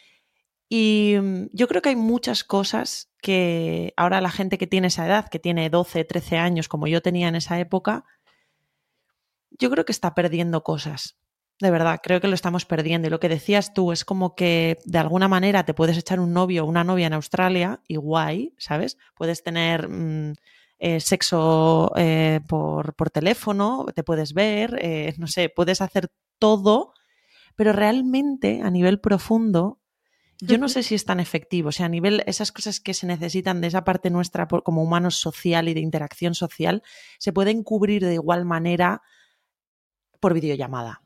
Y yo creo que hay muchas cosas que ahora la gente que tiene esa edad, que tiene doce, trece años, como yo tenía en esa época, yo creo que está perdiendo cosas. De verdad, creo que lo estamos perdiendo. Y lo que decías tú es como que de alguna manera te puedes echar un novio o una novia en Australia y guay, ¿sabes? Puedes tener mmm, eh, sexo eh, por, por teléfono, te puedes ver, eh, no sé, puedes hacer todo, pero realmente a nivel profundo yo no sé si es tan efectivo, o sea, a nivel, esas cosas que se necesitan de esa parte nuestra por, como humanos social y de interacción social, se pueden cubrir de igual manera por videollamada.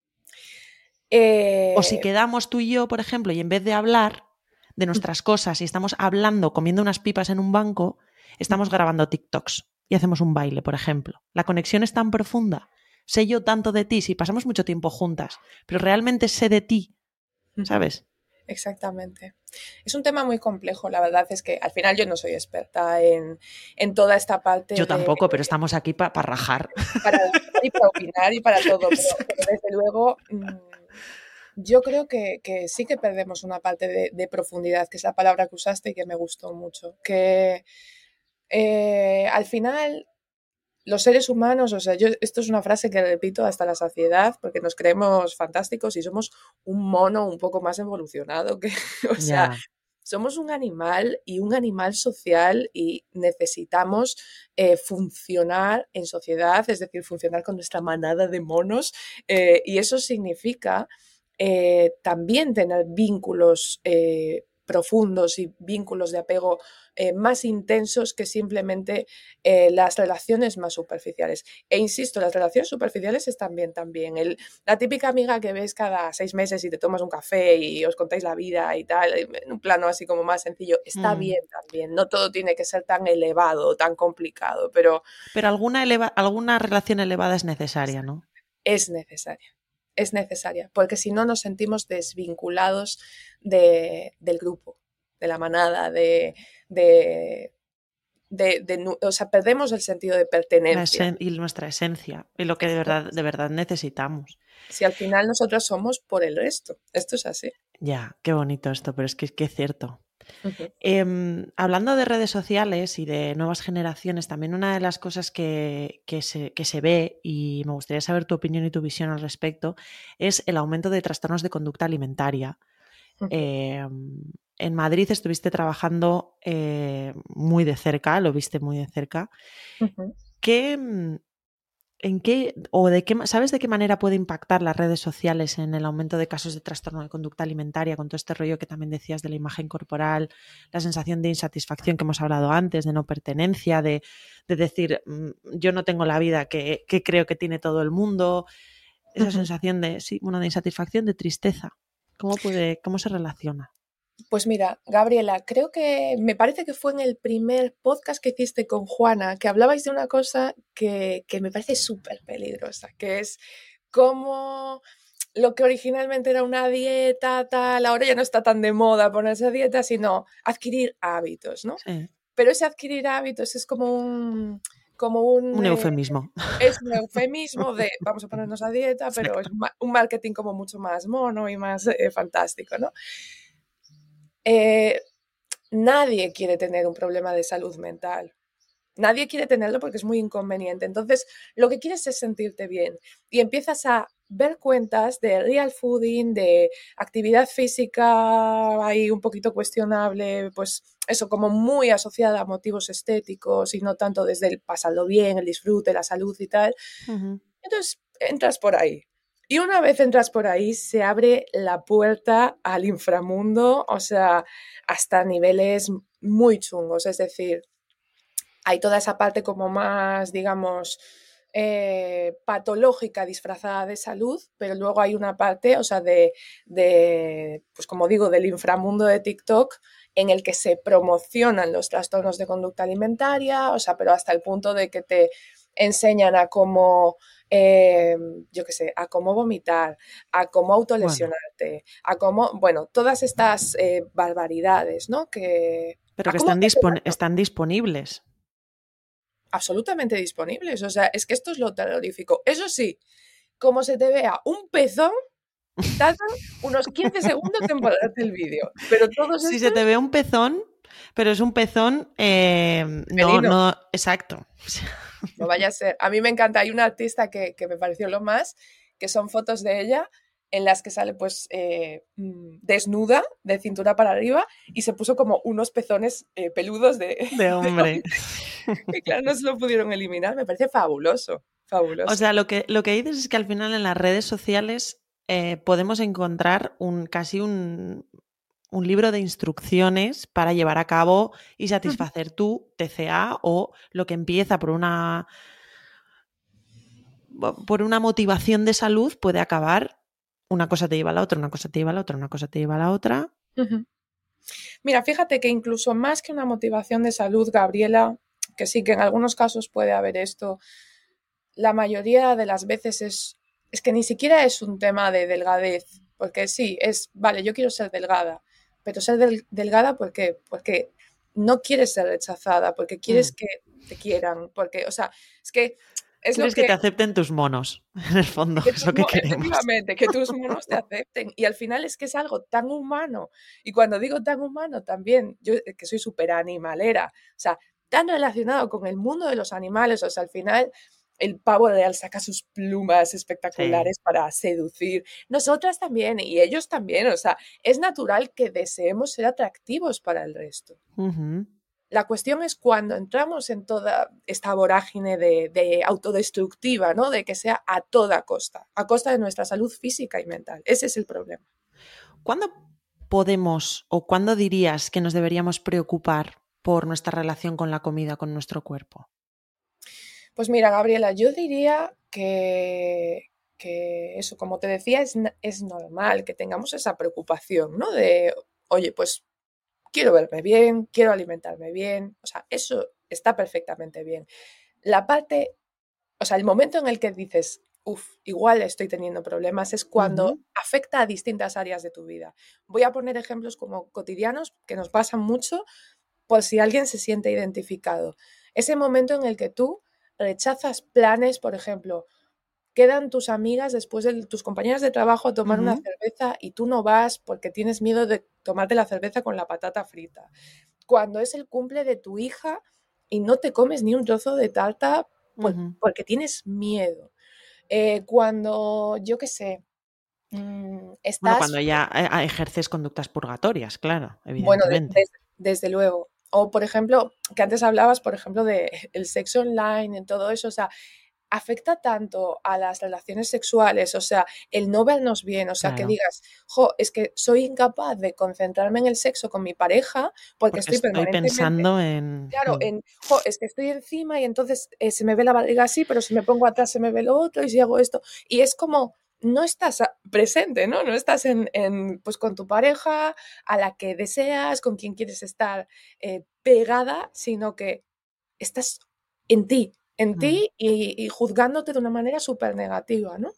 Eh, O si quedamos tú y yo, por ejemplo, y en vez de hablar de nuestras cosas y estamos hablando, comiendo unas pipas en un banco, estamos grabando TikToks y hacemos un baile, por ejemplo. La conexión es tan profunda. Sé yo tanto de ti si pasamos mucho tiempo juntas, pero realmente sé de ti, ¿sabes? Exactamente. Es un tema muy complejo, la verdad es que al final yo no soy experta en, en toda esta parte Yo de... tampoco, pero estamos aquí para pa rajar. Para rajar y para opinar y para todo, pero, pero desde luego mmm, yo creo que, que, sí que perdemos una parte de, de, profundidad, que es la palabra que usaste y que me gustó mucho, que eh, al final los seres humanos, o sea, yo, esto es una frase que repito hasta la saciedad, porque nos creemos fantásticos y somos un mono un poco más evolucionado que, o sea, Ya. somos un animal y un animal social y necesitamos eh, funcionar en sociedad, es decir, funcionar con nuestra manada de monos, eh, y eso significa eh, también tener vínculos eh, profundos y vínculos de apego eh, más intensos que simplemente eh, las relaciones más superficiales. E insisto, las relaciones superficiales están bien también. El, la típica amiga que ves cada seis meses y te tomas un café y os contáis la vida y tal, en un plano así como más sencillo, está mm. bien también. No todo tiene que ser tan elevado, tan complicado, pero... Pero alguna, eleva, alguna relación elevada es necesaria, ¿no? Es necesaria. Es necesaria, porque si no nos sentimos desvinculados de, del grupo, de la manada, de, de, de, de, o sea, perdemos el sentido de pertenencia. Y nuestra esencia, y lo que de verdad, de verdad necesitamos. Si al final nosotros somos por el resto, esto es así. Ya, qué bonito esto, pero es que, es que es cierto. Ujú. Eh, hablando de redes sociales y de nuevas generaciones, también una de las cosas que, que, se, que se ve, y me gustaría saber tu opinión y tu visión al respecto, es el aumento de trastornos de conducta alimentaria. Ujú. Eh, en Madrid estuviste trabajando eh, muy de cerca, lo viste muy de cerca. Ujú. ¿Qué, ¿En qué o de qué, sabes de qué manera puede impactar las redes sociales en el aumento de casos de trastorno de conducta alimentaria, con todo este rollo que también decías de la imagen corporal, la sensación de insatisfacción que hemos hablado antes, de no pertenencia, de, de decir yo no tengo la vida que, que creo que tiene todo el mundo, esa Ujú. sensación de, sí, bueno, de insatisfacción, de tristeza? ¿Cómo puede, cómo se relaciona? Pues mira, Gabriela, creo que me parece que fue en el primer podcast que hiciste con Juana, que hablabais de una cosa que, que me parece súper peligrosa, que es cómo lo que originalmente era una dieta, tal, ahora ya no está tan de moda ponerse a dieta, sino adquirir hábitos, ¿no? Sí, Pero ese adquirir hábitos es como un, como un, un eh, eufemismo. es un eufemismo de vamos a ponernos a dieta, pero es Exacto. un marketing como mucho más mono y más eh, fantástico, ¿no? Eh, Nadie quiere tener un problema de salud mental. Nadie quiere tenerlo porque es muy inconveniente. Entonces, lo que quieres es sentirte bien y empiezas a ver cuentas de real fooding, de actividad física ahí un poquito cuestionable, pues eso como muy asociada a motivos estéticos y no tanto desde el pasarlo bien, el disfrute, la salud y tal. Uh-huh. Entonces, entras por ahí. Y una vez entras por ahí, se abre la puerta al inframundo, o sea, hasta niveles muy chungos. Es decir, hay toda esa parte como más, digamos, eh, patológica disfrazada de salud, pero luego hay una parte, o sea, de, de, pues como digo, del inframundo de TikTok en el que se promocionan los trastornos de conducta alimentaria, o sea, pero hasta el punto de que te enseñan a cómo, eh, yo qué sé, a cómo vomitar, a cómo Bueno, autolesionarte, a cómo, bueno, todas estas eh, barbaridades, ¿no? Que, pero a que cómo están, hacerte dispon- daño están disponibles. absolutamente disponibles. O sea, es que esto es lo terrorífico. Eso sí, como se te vea un pezón, tardan unos quince segundos en ponerte el vídeo. Pero todos Si se te estos, ve un pezón, pero es un pezón, eh, no, felino, no, exacto. no vaya a ser. A mí me encanta, hay una artista que, que me pareció lo más, que son fotos de ella en las que sale pues eh, desnuda, de cintura para arriba, y se puso como unos pezones eh, peludos de, De de hombre. hombre, que claro, no se lo pudieron eliminar. Me parece fabuloso, O fabuloso. sea, lo que, lo que dices es que al final en las redes sociales eh, podemos encontrar un, casi un, un libro de instrucciones para llevar a cabo y satisfacer tu T C A o lo que empieza por una, por una motivación de salud puede acabar, una cosa te lleva a la otra, una cosa te lleva a la otra, una cosa te lleva a la otra. Uh-huh. Mira, fíjate que incluso más que una motivación de salud, Gabriela, que sí que en algunos casos puede haber esto, la mayoría de las veces es, es que ni siquiera es un tema de delgadez, porque sí, es, vale, yo quiero ser delgada, pero ser del, delgada ¿por qué? Porque no quieres ser rechazada, porque quieres Mm. que te quieran, porque, o sea, es que es lo Quieres que que te acepten tus monos, en el fondo, que es tus, lo que queremos. efectivamente, que tus monos te acepten. Y al final es que es algo tan humano. Y cuando digo tan humano, también, yo que soy súper animalera, o sea, tan relacionado con el mundo de los animales, o sea, al final el pavo real saca sus plumas Sí. espectaculares para seducir. Nosotras también, y ellos también, o sea, es natural que deseemos ser atractivos para el resto. Uh-huh. La cuestión es cuando entramos en toda esta vorágine de, de, autodestructiva, ¿no? De que sea a toda costa, a costa de nuestra salud física y mental. Ese es el problema. ¿Cuándo podemos o cuándo dirías que nos deberíamos preocupar por nuestra relación con la comida, con nuestro cuerpo? Pues mira, Gabriela, yo diría que, que eso, como te decía, es, es normal que tengamos esa preocupación, ¿no? De, oye, pues quiero verme bien, quiero alimentarme bien, o sea, eso está perfectamente bien. La parte, o sea, el momento en el que dices, uff, igual estoy teniendo problemas, es cuando Uh-huh. afecta a distintas áreas de tu vida. Voy a poner ejemplos como cotidianos que nos pasan mucho por si alguien se siente identificado. Ese momento en el que tú rechazas planes, por ejemplo, quedan tus amigas después de tus compañeras de trabajo a tomar uh-huh. una cerveza y tú no vas porque tienes miedo de tomarte la cerveza con la patata frita. Cuando es el cumple de tu hija y no te comes ni un trozo de tarta por, uh-huh. porque tienes miedo. Eh, cuando, yo qué sé, mmm, estás... Bueno, cuando ya ejerces conductas purgatorias, claro, evidentemente. Bueno, de, de, desde luego. O, por ejemplo, que antes hablabas, por ejemplo, de el sexo online, en todo eso, o sea, afecta tanto a las relaciones sexuales, o sea, el no vernos bien, o sea, claro. que digas, jo, es que soy incapaz de concentrarme en el sexo con mi pareja porque, porque estoy, estoy permanentemente pensando en... Claro, en, jo, es que estoy encima y entonces eh, se me ve la barriga así, pero si me pongo atrás se me ve lo otro y si hago esto. Y es como, no estás presente, ¿no? No estás en, en, pues, con tu pareja, a la que deseas, con quien quieres estar eh, pegada, sino que estás en ti, en ti y, y juzgándote de una manera súper negativa, ¿no?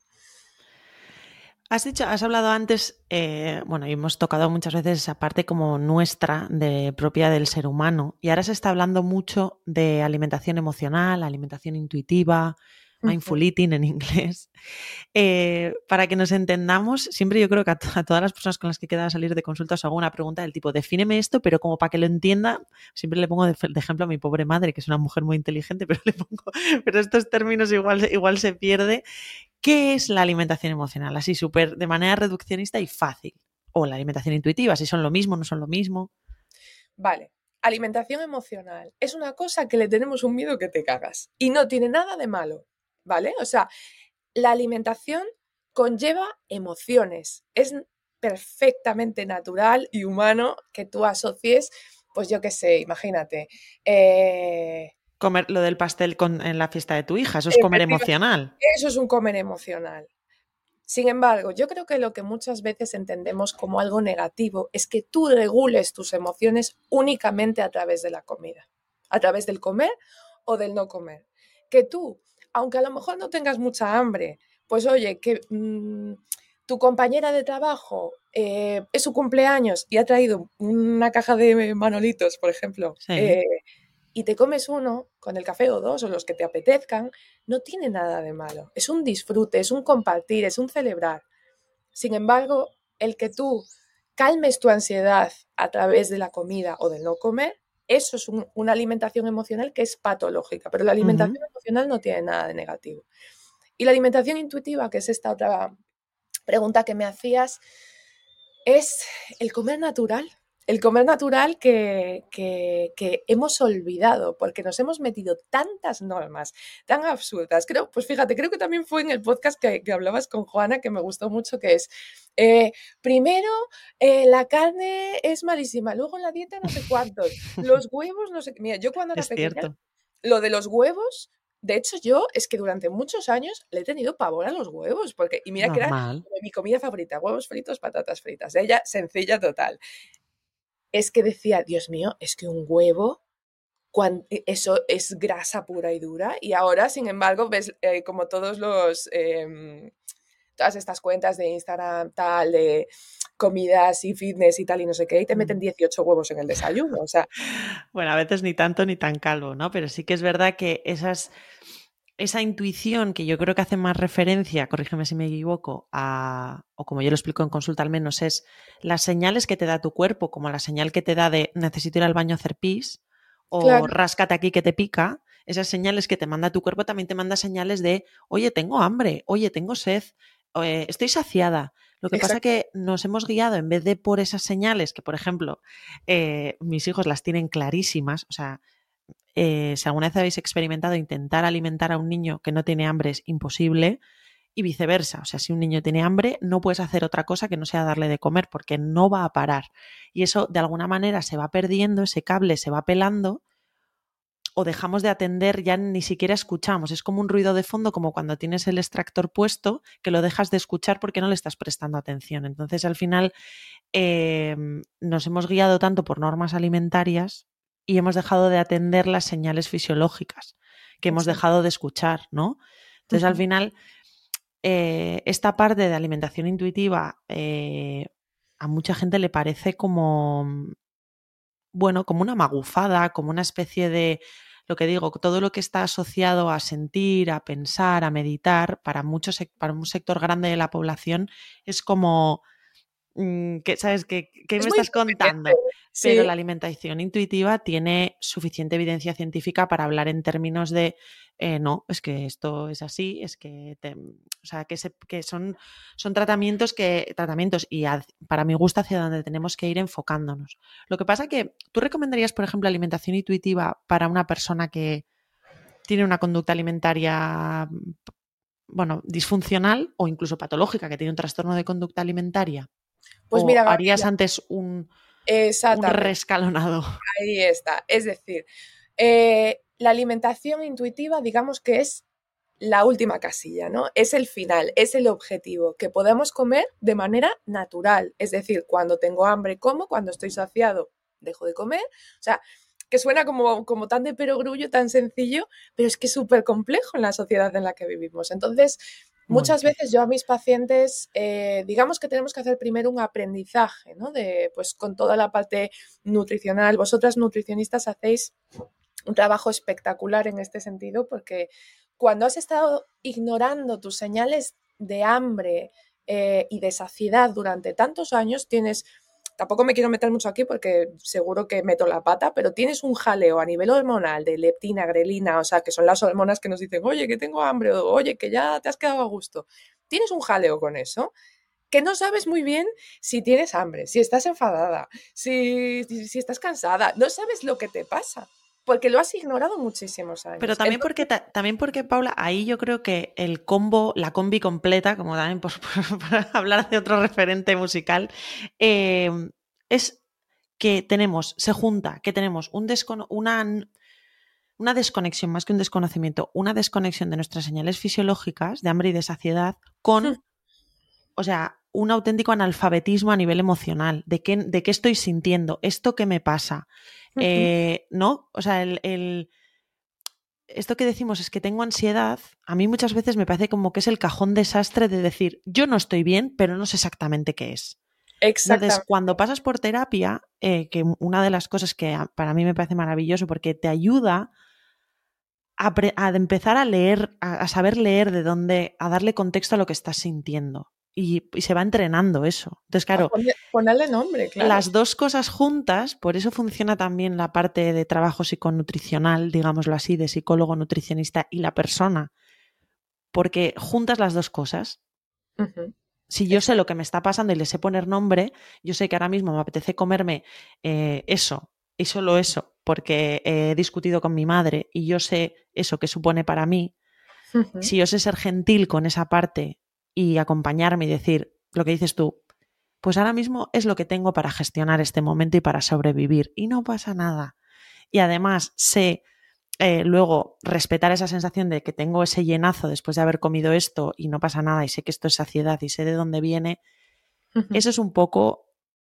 Has dicho, has hablado antes, eh, bueno, y hemos tocado muchas veces esa parte como nuestra, de, propia del ser humano, y ahora se está hablando mucho de alimentación emocional, alimentación intuitiva, mindful uh-huh. eating en inglés. Eh, para que nos entendamos, siempre yo creo que a, to- a todas las personas con las que queda salir de consulta os hago una pregunta del tipo, defíneme esto, pero como para que lo entienda, siempre le pongo de, de ejemplo a mi pobre madre, que es una mujer muy inteligente, pero le pongo, pero estos términos igual, igual se pierde. ¿Qué es la alimentación emocional? Así súper de manera reduccionista y fácil. O la alimentación intuitiva, si son lo mismo, no son lo mismo. Vale. Alimentación emocional es una cosa que le tenemos un miedo que te cagas y no tiene nada de malo, ¿vale? O sea, la alimentación conlleva emociones. Es perfectamente natural y humano que tú asocies, pues yo qué sé, imagínate. Eh... Comer lo del pastel con, en la fiesta de tu hija, eso es comer emocional. Eso es un comer emocional. Sin embargo, yo creo que lo que muchas veces entendemos como algo negativo es que tú regules tus emociones únicamente a través de la comida, a través del comer o del no comer. Que tú, aunque a lo mejor no tengas mucha hambre, pues oye, que mmm, tu compañera de trabajo eh, es su cumpleaños y ha traído una caja de manolitos, por ejemplo, sí. eh, y te comes uno con el café o dos o los que te apetezcan, no tiene nada de malo. Es un disfrute, es un compartir, es un celebrar. Sin embargo, el que tú calmes tu ansiedad a través de la comida o del no comer, eso es un, una alimentación emocional que es patológica, pero la alimentación uh-huh. emocional no tiene nada de negativo. Y la alimentación intuitiva, que es esta otra pregunta que me hacías, es el comer natural. El comer natural que, que, que hemos olvidado porque nos hemos metido tantas normas tan absurdas. Creo, pues fíjate, creo que también fue en el podcast que, que hablabas con Juana, que me gustó mucho, que es, eh, primero, eh, la carne es malísima, luego en la dieta no sé cuántos, los huevos no sé qué. Mira, yo cuando era es pequeña, cierto. lo de los huevos... De hecho, yo es que durante muchos años le he tenido pavor a los huevos, porque, y mira Normal. que era mi comida favorita, huevos fritos, patatas fritas, ella sencilla total. Es que decía, Dios mío, es que un huevo, cuando, eso es grasa pura y dura, y ahora, sin embargo, ves eh, como todos los, eh, todas estas cuentas de Instagram, tal, de comidas y fitness y tal, y no sé qué, y te meten dieciocho huevos en el desayuno, o sea... Bueno, a veces ni tanto ni tan calvo, ¿no? Pero sí que es verdad que esas, esa intuición que yo creo que hace más referencia, corrígeme si me equivoco, a, o como yo lo explico en consulta al menos, es las señales que te da tu cuerpo, como la señal que te da de necesito ir al baño a hacer pis, o claro. Ráscate aquí que te pica, esas señales que te manda tu cuerpo también te manda señales de, oye, tengo hambre, oye, tengo sed, eh, estoy saciada. Lo que Exacto. Pasa es que nos hemos guiado en vez de por esas señales que, por ejemplo, eh, mis hijos las tienen clarísimas, o sea, eh, si alguna vez habéis experimentado intentar alimentar a un niño que no tiene hambre es imposible y viceversa, o sea, si un niño tiene hambre no puedes hacer otra cosa que no sea darle de comer porque no va a parar y eso de alguna manera se va perdiendo, ese cable se va pelando o dejamos de atender, ya ni siquiera escuchamos. Es como un ruido de fondo, como cuando tienes el extractor puesto, que lo dejas de escuchar porque no le estás prestando atención. Entonces, al final, eh, nos hemos guiado tanto por normas alimentarias y hemos dejado de atender las señales fisiológicas que hemos Exacto. dejado de escuchar, ¿no? Entonces, uh-huh. al final, eh, esta parte de alimentación intuitiva eh, a mucha gente le parece como... bueno, como una magufada, como una especie de lo que digo, todo lo que está asociado a sentir, a pensar, a meditar, para, muchos, para un sector grande de la población es como, mmm, ¿qué, ¿sabes? ¿Qué, qué Es me muy estás independiente, contando? Pero la sí. alimentación intuitiva tiene suficiente evidencia científica para hablar en términos de eh, no, es que esto es así, es que, te, o sea, que, se, que son, son tratamientos que tratamientos y a, para mi gusto hacia donde tenemos que ir enfocándonos. Lo que pasa que tú recomendarías, por ejemplo, alimentación intuitiva para una persona que tiene una conducta alimentaria, bueno, disfuncional o incluso patológica, que tiene un trastorno de conducta alimentaria. Pues ¿O mira, harías Gabriela, antes un, un exactamente, reescalonado? ahí está. Es decir, eh, la alimentación intuitiva, digamos que es la última casilla, ¿no? Es el final, es el objetivo, que podemos comer de manera natural. Es decir, cuando tengo hambre como, cuando estoy saciado dejo de comer. O sea, que suena como, como tan de perogrullo, tan sencillo, pero es que es súper complejo en la sociedad en la que vivimos. Entonces, Muy muchas difícil. veces yo a mis pacientes, eh, digamos que tenemos que hacer primero un aprendizaje, ¿no? De, pues con toda la parte nutricional. Vosotras nutricionistas hacéis un trabajo espectacular en este sentido porque cuando has estado ignorando tus señales de hambre eh, y de saciedad durante tantos años, tienes, tampoco me quiero meter mucho aquí porque seguro que meto la pata, pero tienes un jaleo a nivel hormonal de leptina, grelina, o sea, que son las hormonas que nos dicen, oye, que tengo hambre, o oye, que ya te has quedado a gusto. Tienes un jaleo con eso que no sabes muy bien si tienes hambre, si estás enfadada, si, si, si estás cansada, no sabes lo que te pasa porque lo has ignorado muchísimos Pero años. también porque, Entonces, ta, también porque, Paula, ahí yo creo que el combo, la combi completa, como también por, por, por hablar de otro referente musical, eh, es que tenemos, se junta, que tenemos un descono, una, una desconexión, más que un desconocimiento, una desconexión de nuestras señales fisiológicas de hambre y de saciedad con, o sea, un auténtico analfabetismo a nivel emocional, de qué, de qué estoy sintiendo, esto qué me pasa, eh, ¿no? O sea, el... el esto que decimos es que tengo ansiedad, a mí muchas veces me parece como que es el cajón desastre de decir, yo no estoy bien, pero no sé exactamente qué es. Entonces, exactamente. cuando pasas por terapia, eh, que una de las cosas que para mí me parece maravilloso porque te ayuda a, a empezar a leer, a, a, saber leer de dónde, a darle contexto a lo que estás sintiendo. Y, y se va entrenando eso. Entonces, A claro, poner, ponerle nombre, claro. las dos cosas juntas, por eso funciona también la parte de trabajo psiconutricional, digámoslo así, de psicólogo nutricionista y la persona, porque juntas las dos cosas. Uh-huh. Si yo sé Exacto. lo que me está pasando y le sé poner nombre, yo sé que ahora mismo me apetece comerme eh, eso y solo eso, porque he discutido con mi madre y yo sé eso que supone para mí. Uh-huh. Si yo sé ser gentil con esa parte y acompañarme y decir lo que dices tú, pues ahora mismo es lo que tengo para gestionar este momento y para sobrevivir y no pasa nada. Y además sé eh, luego respetar esa sensación de que tengo ese llenazo después de haber comido esto y no pasa nada y sé que esto es saciedad y sé de dónde viene. Uh-huh. Eso es un poco,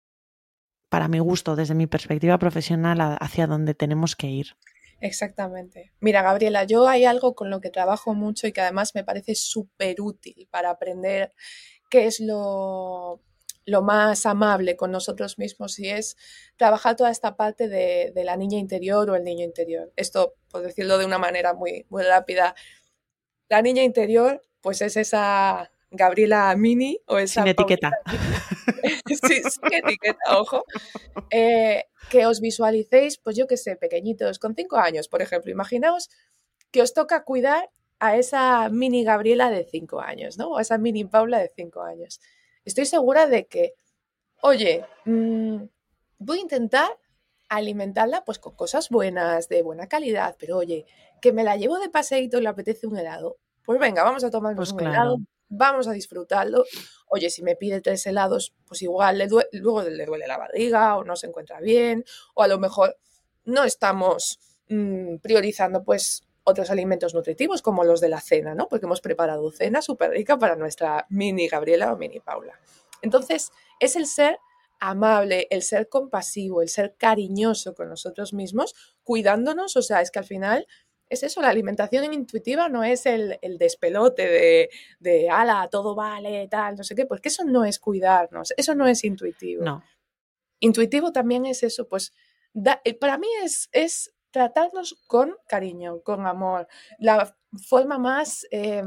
para mi gusto, desde mi perspectiva profesional, hacia donde tenemos que ir. Exactamente. Mira, Gabriela, yo hay algo con lo que trabajo mucho y que además me parece súper útil para aprender qué es lo, lo más amable con nosotros mismos y es trabajar toda esta parte de, de la niña interior o el niño interior. Esto, por decirlo de una manera muy, muy rápida, la niña interior, pues es esa Gabriela Mini o Sin esa Paulita etiqueta. Mini, sí, sin etiqueta, ojo, eh, que os visualicéis, pues yo qué sé, pequeñitos, con cinco años, por ejemplo. Imaginaos que os toca cuidar a esa mini Gabriela de cinco años, ¿no? O a esa mini Paula de cinco años. Estoy segura de que, oye, mmm, voy a intentar alimentarla pues con cosas buenas, de buena calidad, pero oye, que me la llevo de paseíto y le apetece un helado, pues venga, vamos a tomarnos Pues un helado, claro. vamos a disfrutarlo. Oye, si me pide tres helados, pues igual le duele, luego le duele la barriga o no se encuentra bien, o a lo mejor no estamos mmm, priorizando pues otros alimentos nutritivos como los de la cena, ¿no? Porque hemos preparado cena súper rica para nuestra mini Gabriela o mini Paula. Entonces, es el ser amable, el ser compasivo, el ser cariñoso con nosotros mismos, cuidándonos, o sea, es que al final es eso, la alimentación intuitiva no es el, el despelote de, de, ala, todo vale, tal, no sé qué, porque eso no es cuidarnos, eso no es intuitivo. No. Intuitivo también es eso, pues, da, para mí es, es tratarnos con cariño, con amor. La forma más eh,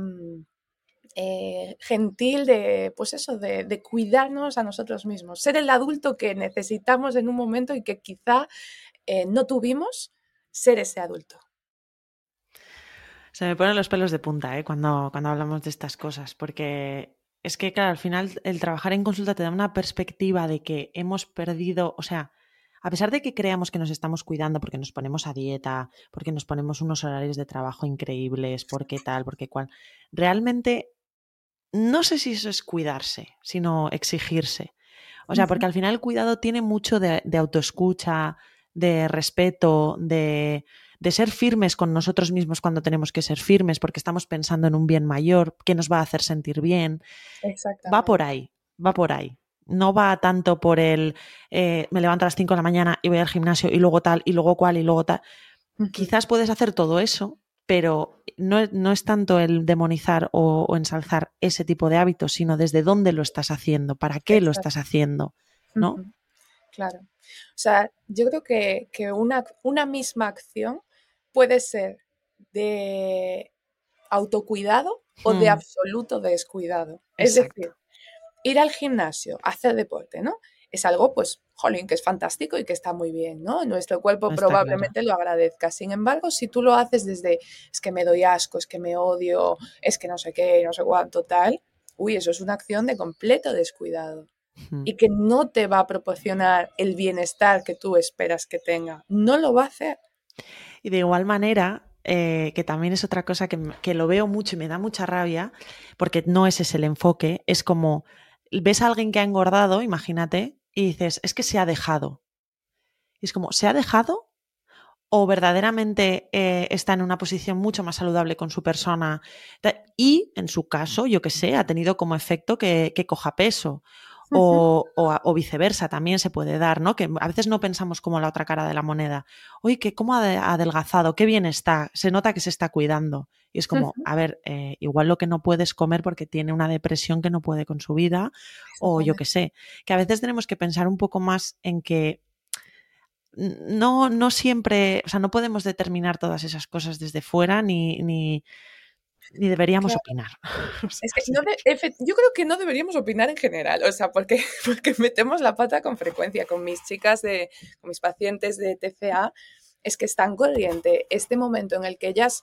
eh, gentil de, pues eso, de, de cuidarnos a nosotros mismos. Ser el adulto que necesitamos en un momento y que quizá eh, no tuvimos, ser ese adulto. Se me ponen los pelos de punta, ¿eh? cuando, cuando hablamos de estas cosas, porque es que, claro, al final el trabajar en consulta te da una perspectiva de que hemos perdido, o sea, a pesar de que creamos que nos estamos cuidando porque nos ponemos a dieta, porque nos ponemos unos horarios de trabajo increíbles, porque tal, porque cual, realmente no sé si eso es cuidarse, sino exigirse. O sea, porque al final el cuidado tiene mucho de, de autoescucha, de respeto, de, de ser firmes con nosotros mismos cuando tenemos que ser firmes, porque estamos pensando en un bien mayor que nos va a hacer sentir bien. Va por ahí, va por ahí. No va tanto por el eh, me levanto a las cinco de la mañana y voy al gimnasio y luego tal, y luego cual, y luego tal. Uh-huh. Quizás puedes hacer todo eso, pero no, no es tanto el demonizar o, o ensalzar ese tipo de hábitos, sino desde dónde lo estás haciendo, para qué Exacto. Lo estás haciendo, ¿no? Uh-huh. Claro. O sea, yo creo que, que una, una misma acción puede ser de autocuidado o de absoluto descuidado. Exacto. Es decir, ir al gimnasio, hacer deporte, ¿no? Es algo, pues, jolín, que es fantástico y que está muy bien, ¿no? Nuestro cuerpo está probablemente claro. Lo agradezca. Sin embargo, si tú lo haces desde, es que me doy asco, es que me odio, es que no sé qué, no sé cuánto, tal, uy, eso es una acción de completo descuidado. Uh-huh. Y que no te va a proporcionar el bienestar que tú esperas que tenga. No lo va a hacer. Y de igual manera, eh, que también es otra cosa que, que lo veo mucho y me da mucha rabia, porque no ese es el enfoque, es como ves a alguien que ha engordado, imagínate, y dices, es que se ha dejado. Y es como, ¿se ha dejado? ¿O verdaderamente eh, está en una posición mucho más saludable con su persona? Y, en su caso, yo qué sé, ha tenido como efecto que, que coja peso. O, o, o viceversa, también se puede dar, ¿no? Que a veces no pensamos como la otra cara de la moneda. Oye, que cómo ha adelgazado, qué bien está, se nota que se está cuidando. Y es como, a ver, eh, igual lo que no puedes comer porque tiene una depresión que no puede con su vida, o yo qué sé. Que a veces tenemos que pensar un poco más en que no, no siempre, o sea, no podemos determinar todas esas cosas desde fuera, ni... ni Ni deberíamos claro. opinar. O sea, es que no de, yo creo que no deberíamos opinar en general, o sea, porque, porque metemos la pata con frecuencia. Con mis chicas, de, con mis pacientes de T C A, es que es tan corriente este momento en el que ellas,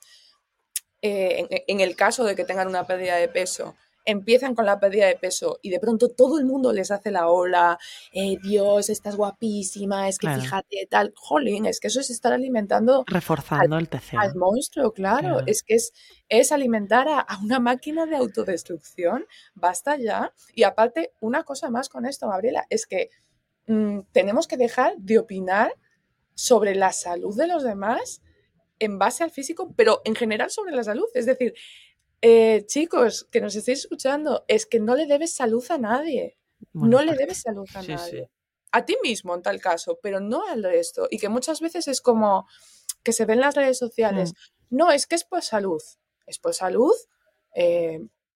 eh, en, en el caso de que tengan una pérdida de peso, empiezan con la pérdida de peso y de pronto todo el mundo les hace la ola, eh, Dios, estás guapísima, es que claro. Fíjate, tal, jolín, es que eso es estar alimentando reforzando al, el T C A. Al monstruo, claro, claro. es que es, es alimentar a, a una máquina de autodestrucción, basta ya. Y aparte, una cosa más con esto, Gabriela, es que mmm, tenemos que dejar de opinar sobre la salud de los demás en base al físico, pero en general sobre la salud, es decir, Eh, chicos, que nos estéis escuchando, es que no le debes salud a nadie. Bueno, no le debes salud a sí, nadie. Sí. A ti mismo, en tal caso, pero no al resto. Y que muchas veces es como que se ven en las redes sociales. Mm. No, es que es por salud. Es por salud. Eh,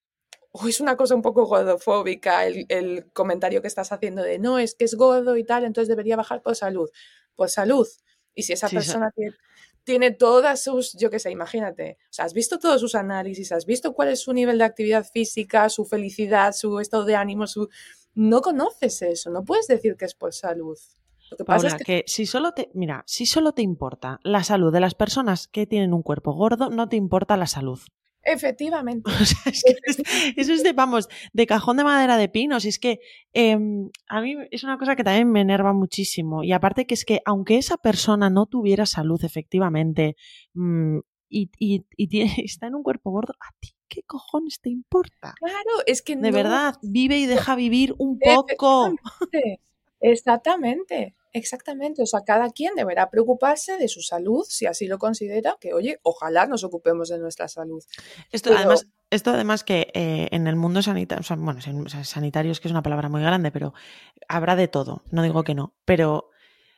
o es una cosa un poco gordofóbica el, el comentario que estás haciendo de no, es que es gordo y tal, entonces debería bajar por salud. Por salud. Y si esa sí, persona sí. tiene... tiene todas sus, yo qué sé, imagínate, o sea, has visto todos sus análisis, has visto cuál es su nivel de actividad física, su felicidad, su estado de ánimo, su... No conoces eso, no puedes decir que es por salud. Lo que Paula, pasa es que... que si solo te, mira, si solo te importa la salud de las personas que tienen un cuerpo gordo, no te importa la salud. Efectivamente. O sea, es que Efectivamente. Eso es de, vamos, de cajón de madera de pino. Si es que eh, a mí es una cosa que también me enerva muchísimo. Y aparte que es que aunque esa persona no tuviera salud, efectivamente, mmm, y, y, y tiene, está en un cuerpo gordo, ¿a ti qué cojones te importa? Claro, es que de no... verdad, vive y deja vivir un poco. Exactamente. Exactamente, o sea, cada quien deberá preocuparse de su salud si así lo considera, que oye, ojalá nos ocupemos de nuestra salud. Esto pero... además, esto además que eh, en el mundo sanitario, o sea, bueno, sanitario es que es una palabra muy grande, pero habrá de todo, no digo que no, pero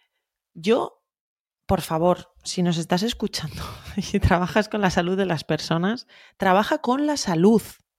yo, por favor, si nos estás escuchando y trabajas con la salud de las personas, trabaja con la salud.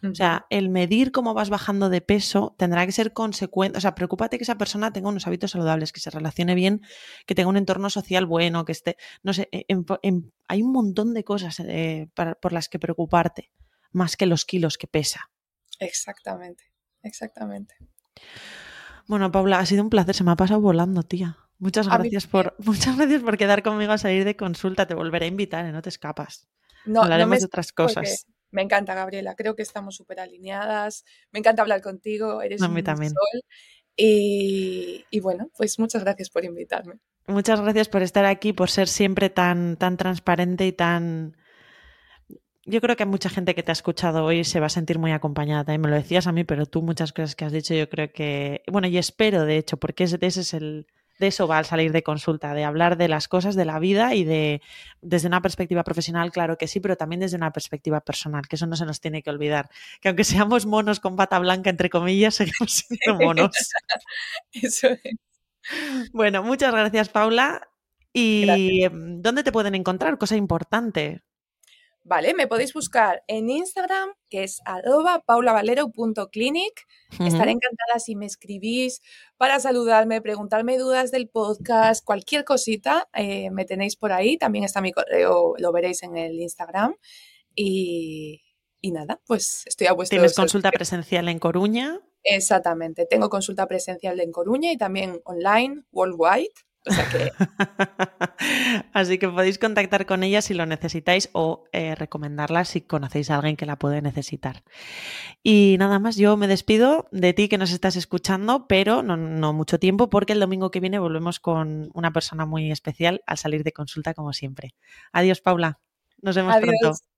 O sea, el medir cómo vas bajando de peso tendrá que ser consecuente. O sea, preocúpate que esa persona tenga unos hábitos saludables, que se relacione bien, que tenga un entorno social bueno, que esté. No sé, en, en, hay un montón de cosas eh, para, por las que preocuparte, más que los kilos que pesa. Exactamente, exactamente. Bueno, Paula, ha sido un placer. Se me ha pasado volando, tía. Muchas gracias por, muchas gracias por quedar conmigo a salir de consulta. Te volveré a invitar, ¿eh? No te escapas. No, no me Hablaremos de otras cosas. Me encanta, Gabriela. Creo que estamos súper alineadas. Me encanta hablar contigo. Eres No, a mí un también. sol. Y, y bueno, pues muchas gracias por invitarme. Muchas gracias por estar aquí, por ser siempre tan, tan transparente y tan... Yo creo que hay mucha gente que te ha escuchado hoy se va a sentir muy acompañada. También me lo decías a mí, pero tú muchas cosas que has dicho yo creo que... Bueno, y espero, de hecho, porque ese, ese es el... De eso va al salir de consulta, de hablar de las cosas de la vida y de desde una perspectiva profesional, claro que sí, pero también desde una perspectiva personal, que eso no se nos tiene que olvidar. Que aunque seamos monos con pata blanca, entre comillas, seguimos siendo monos. Eso es. Bueno, muchas gracias, Paula. ¿Y Gracias. dónde te pueden encontrar? Cosa importante. Vale, me podéis buscar en Instagram, que es arroba paulavalero punto clinic. Uh-huh. Estaré encantada si me escribís para saludarme, preguntarme dudas del podcast, cualquier cosita, eh, me tenéis por ahí. También está mi correo, lo veréis en el Instagram. Y, y nada, pues estoy a vuestro ¿Tienes servicio. Consulta presencial en Coruña? Exactamente, tengo consulta presencial en Coruña y también online, worldwide. O sea que... Así que podéis contactar con ella si lo necesitáis o eh, recomendarla si conocéis a alguien que la puede necesitar. Y nada más, yo me despido de ti que nos estás escuchando, pero no, no mucho tiempo porque el domingo que viene volvemos con una persona muy especial al salir de consulta como siempre. Adiós, Paula. Nos vemos Adiós. pronto.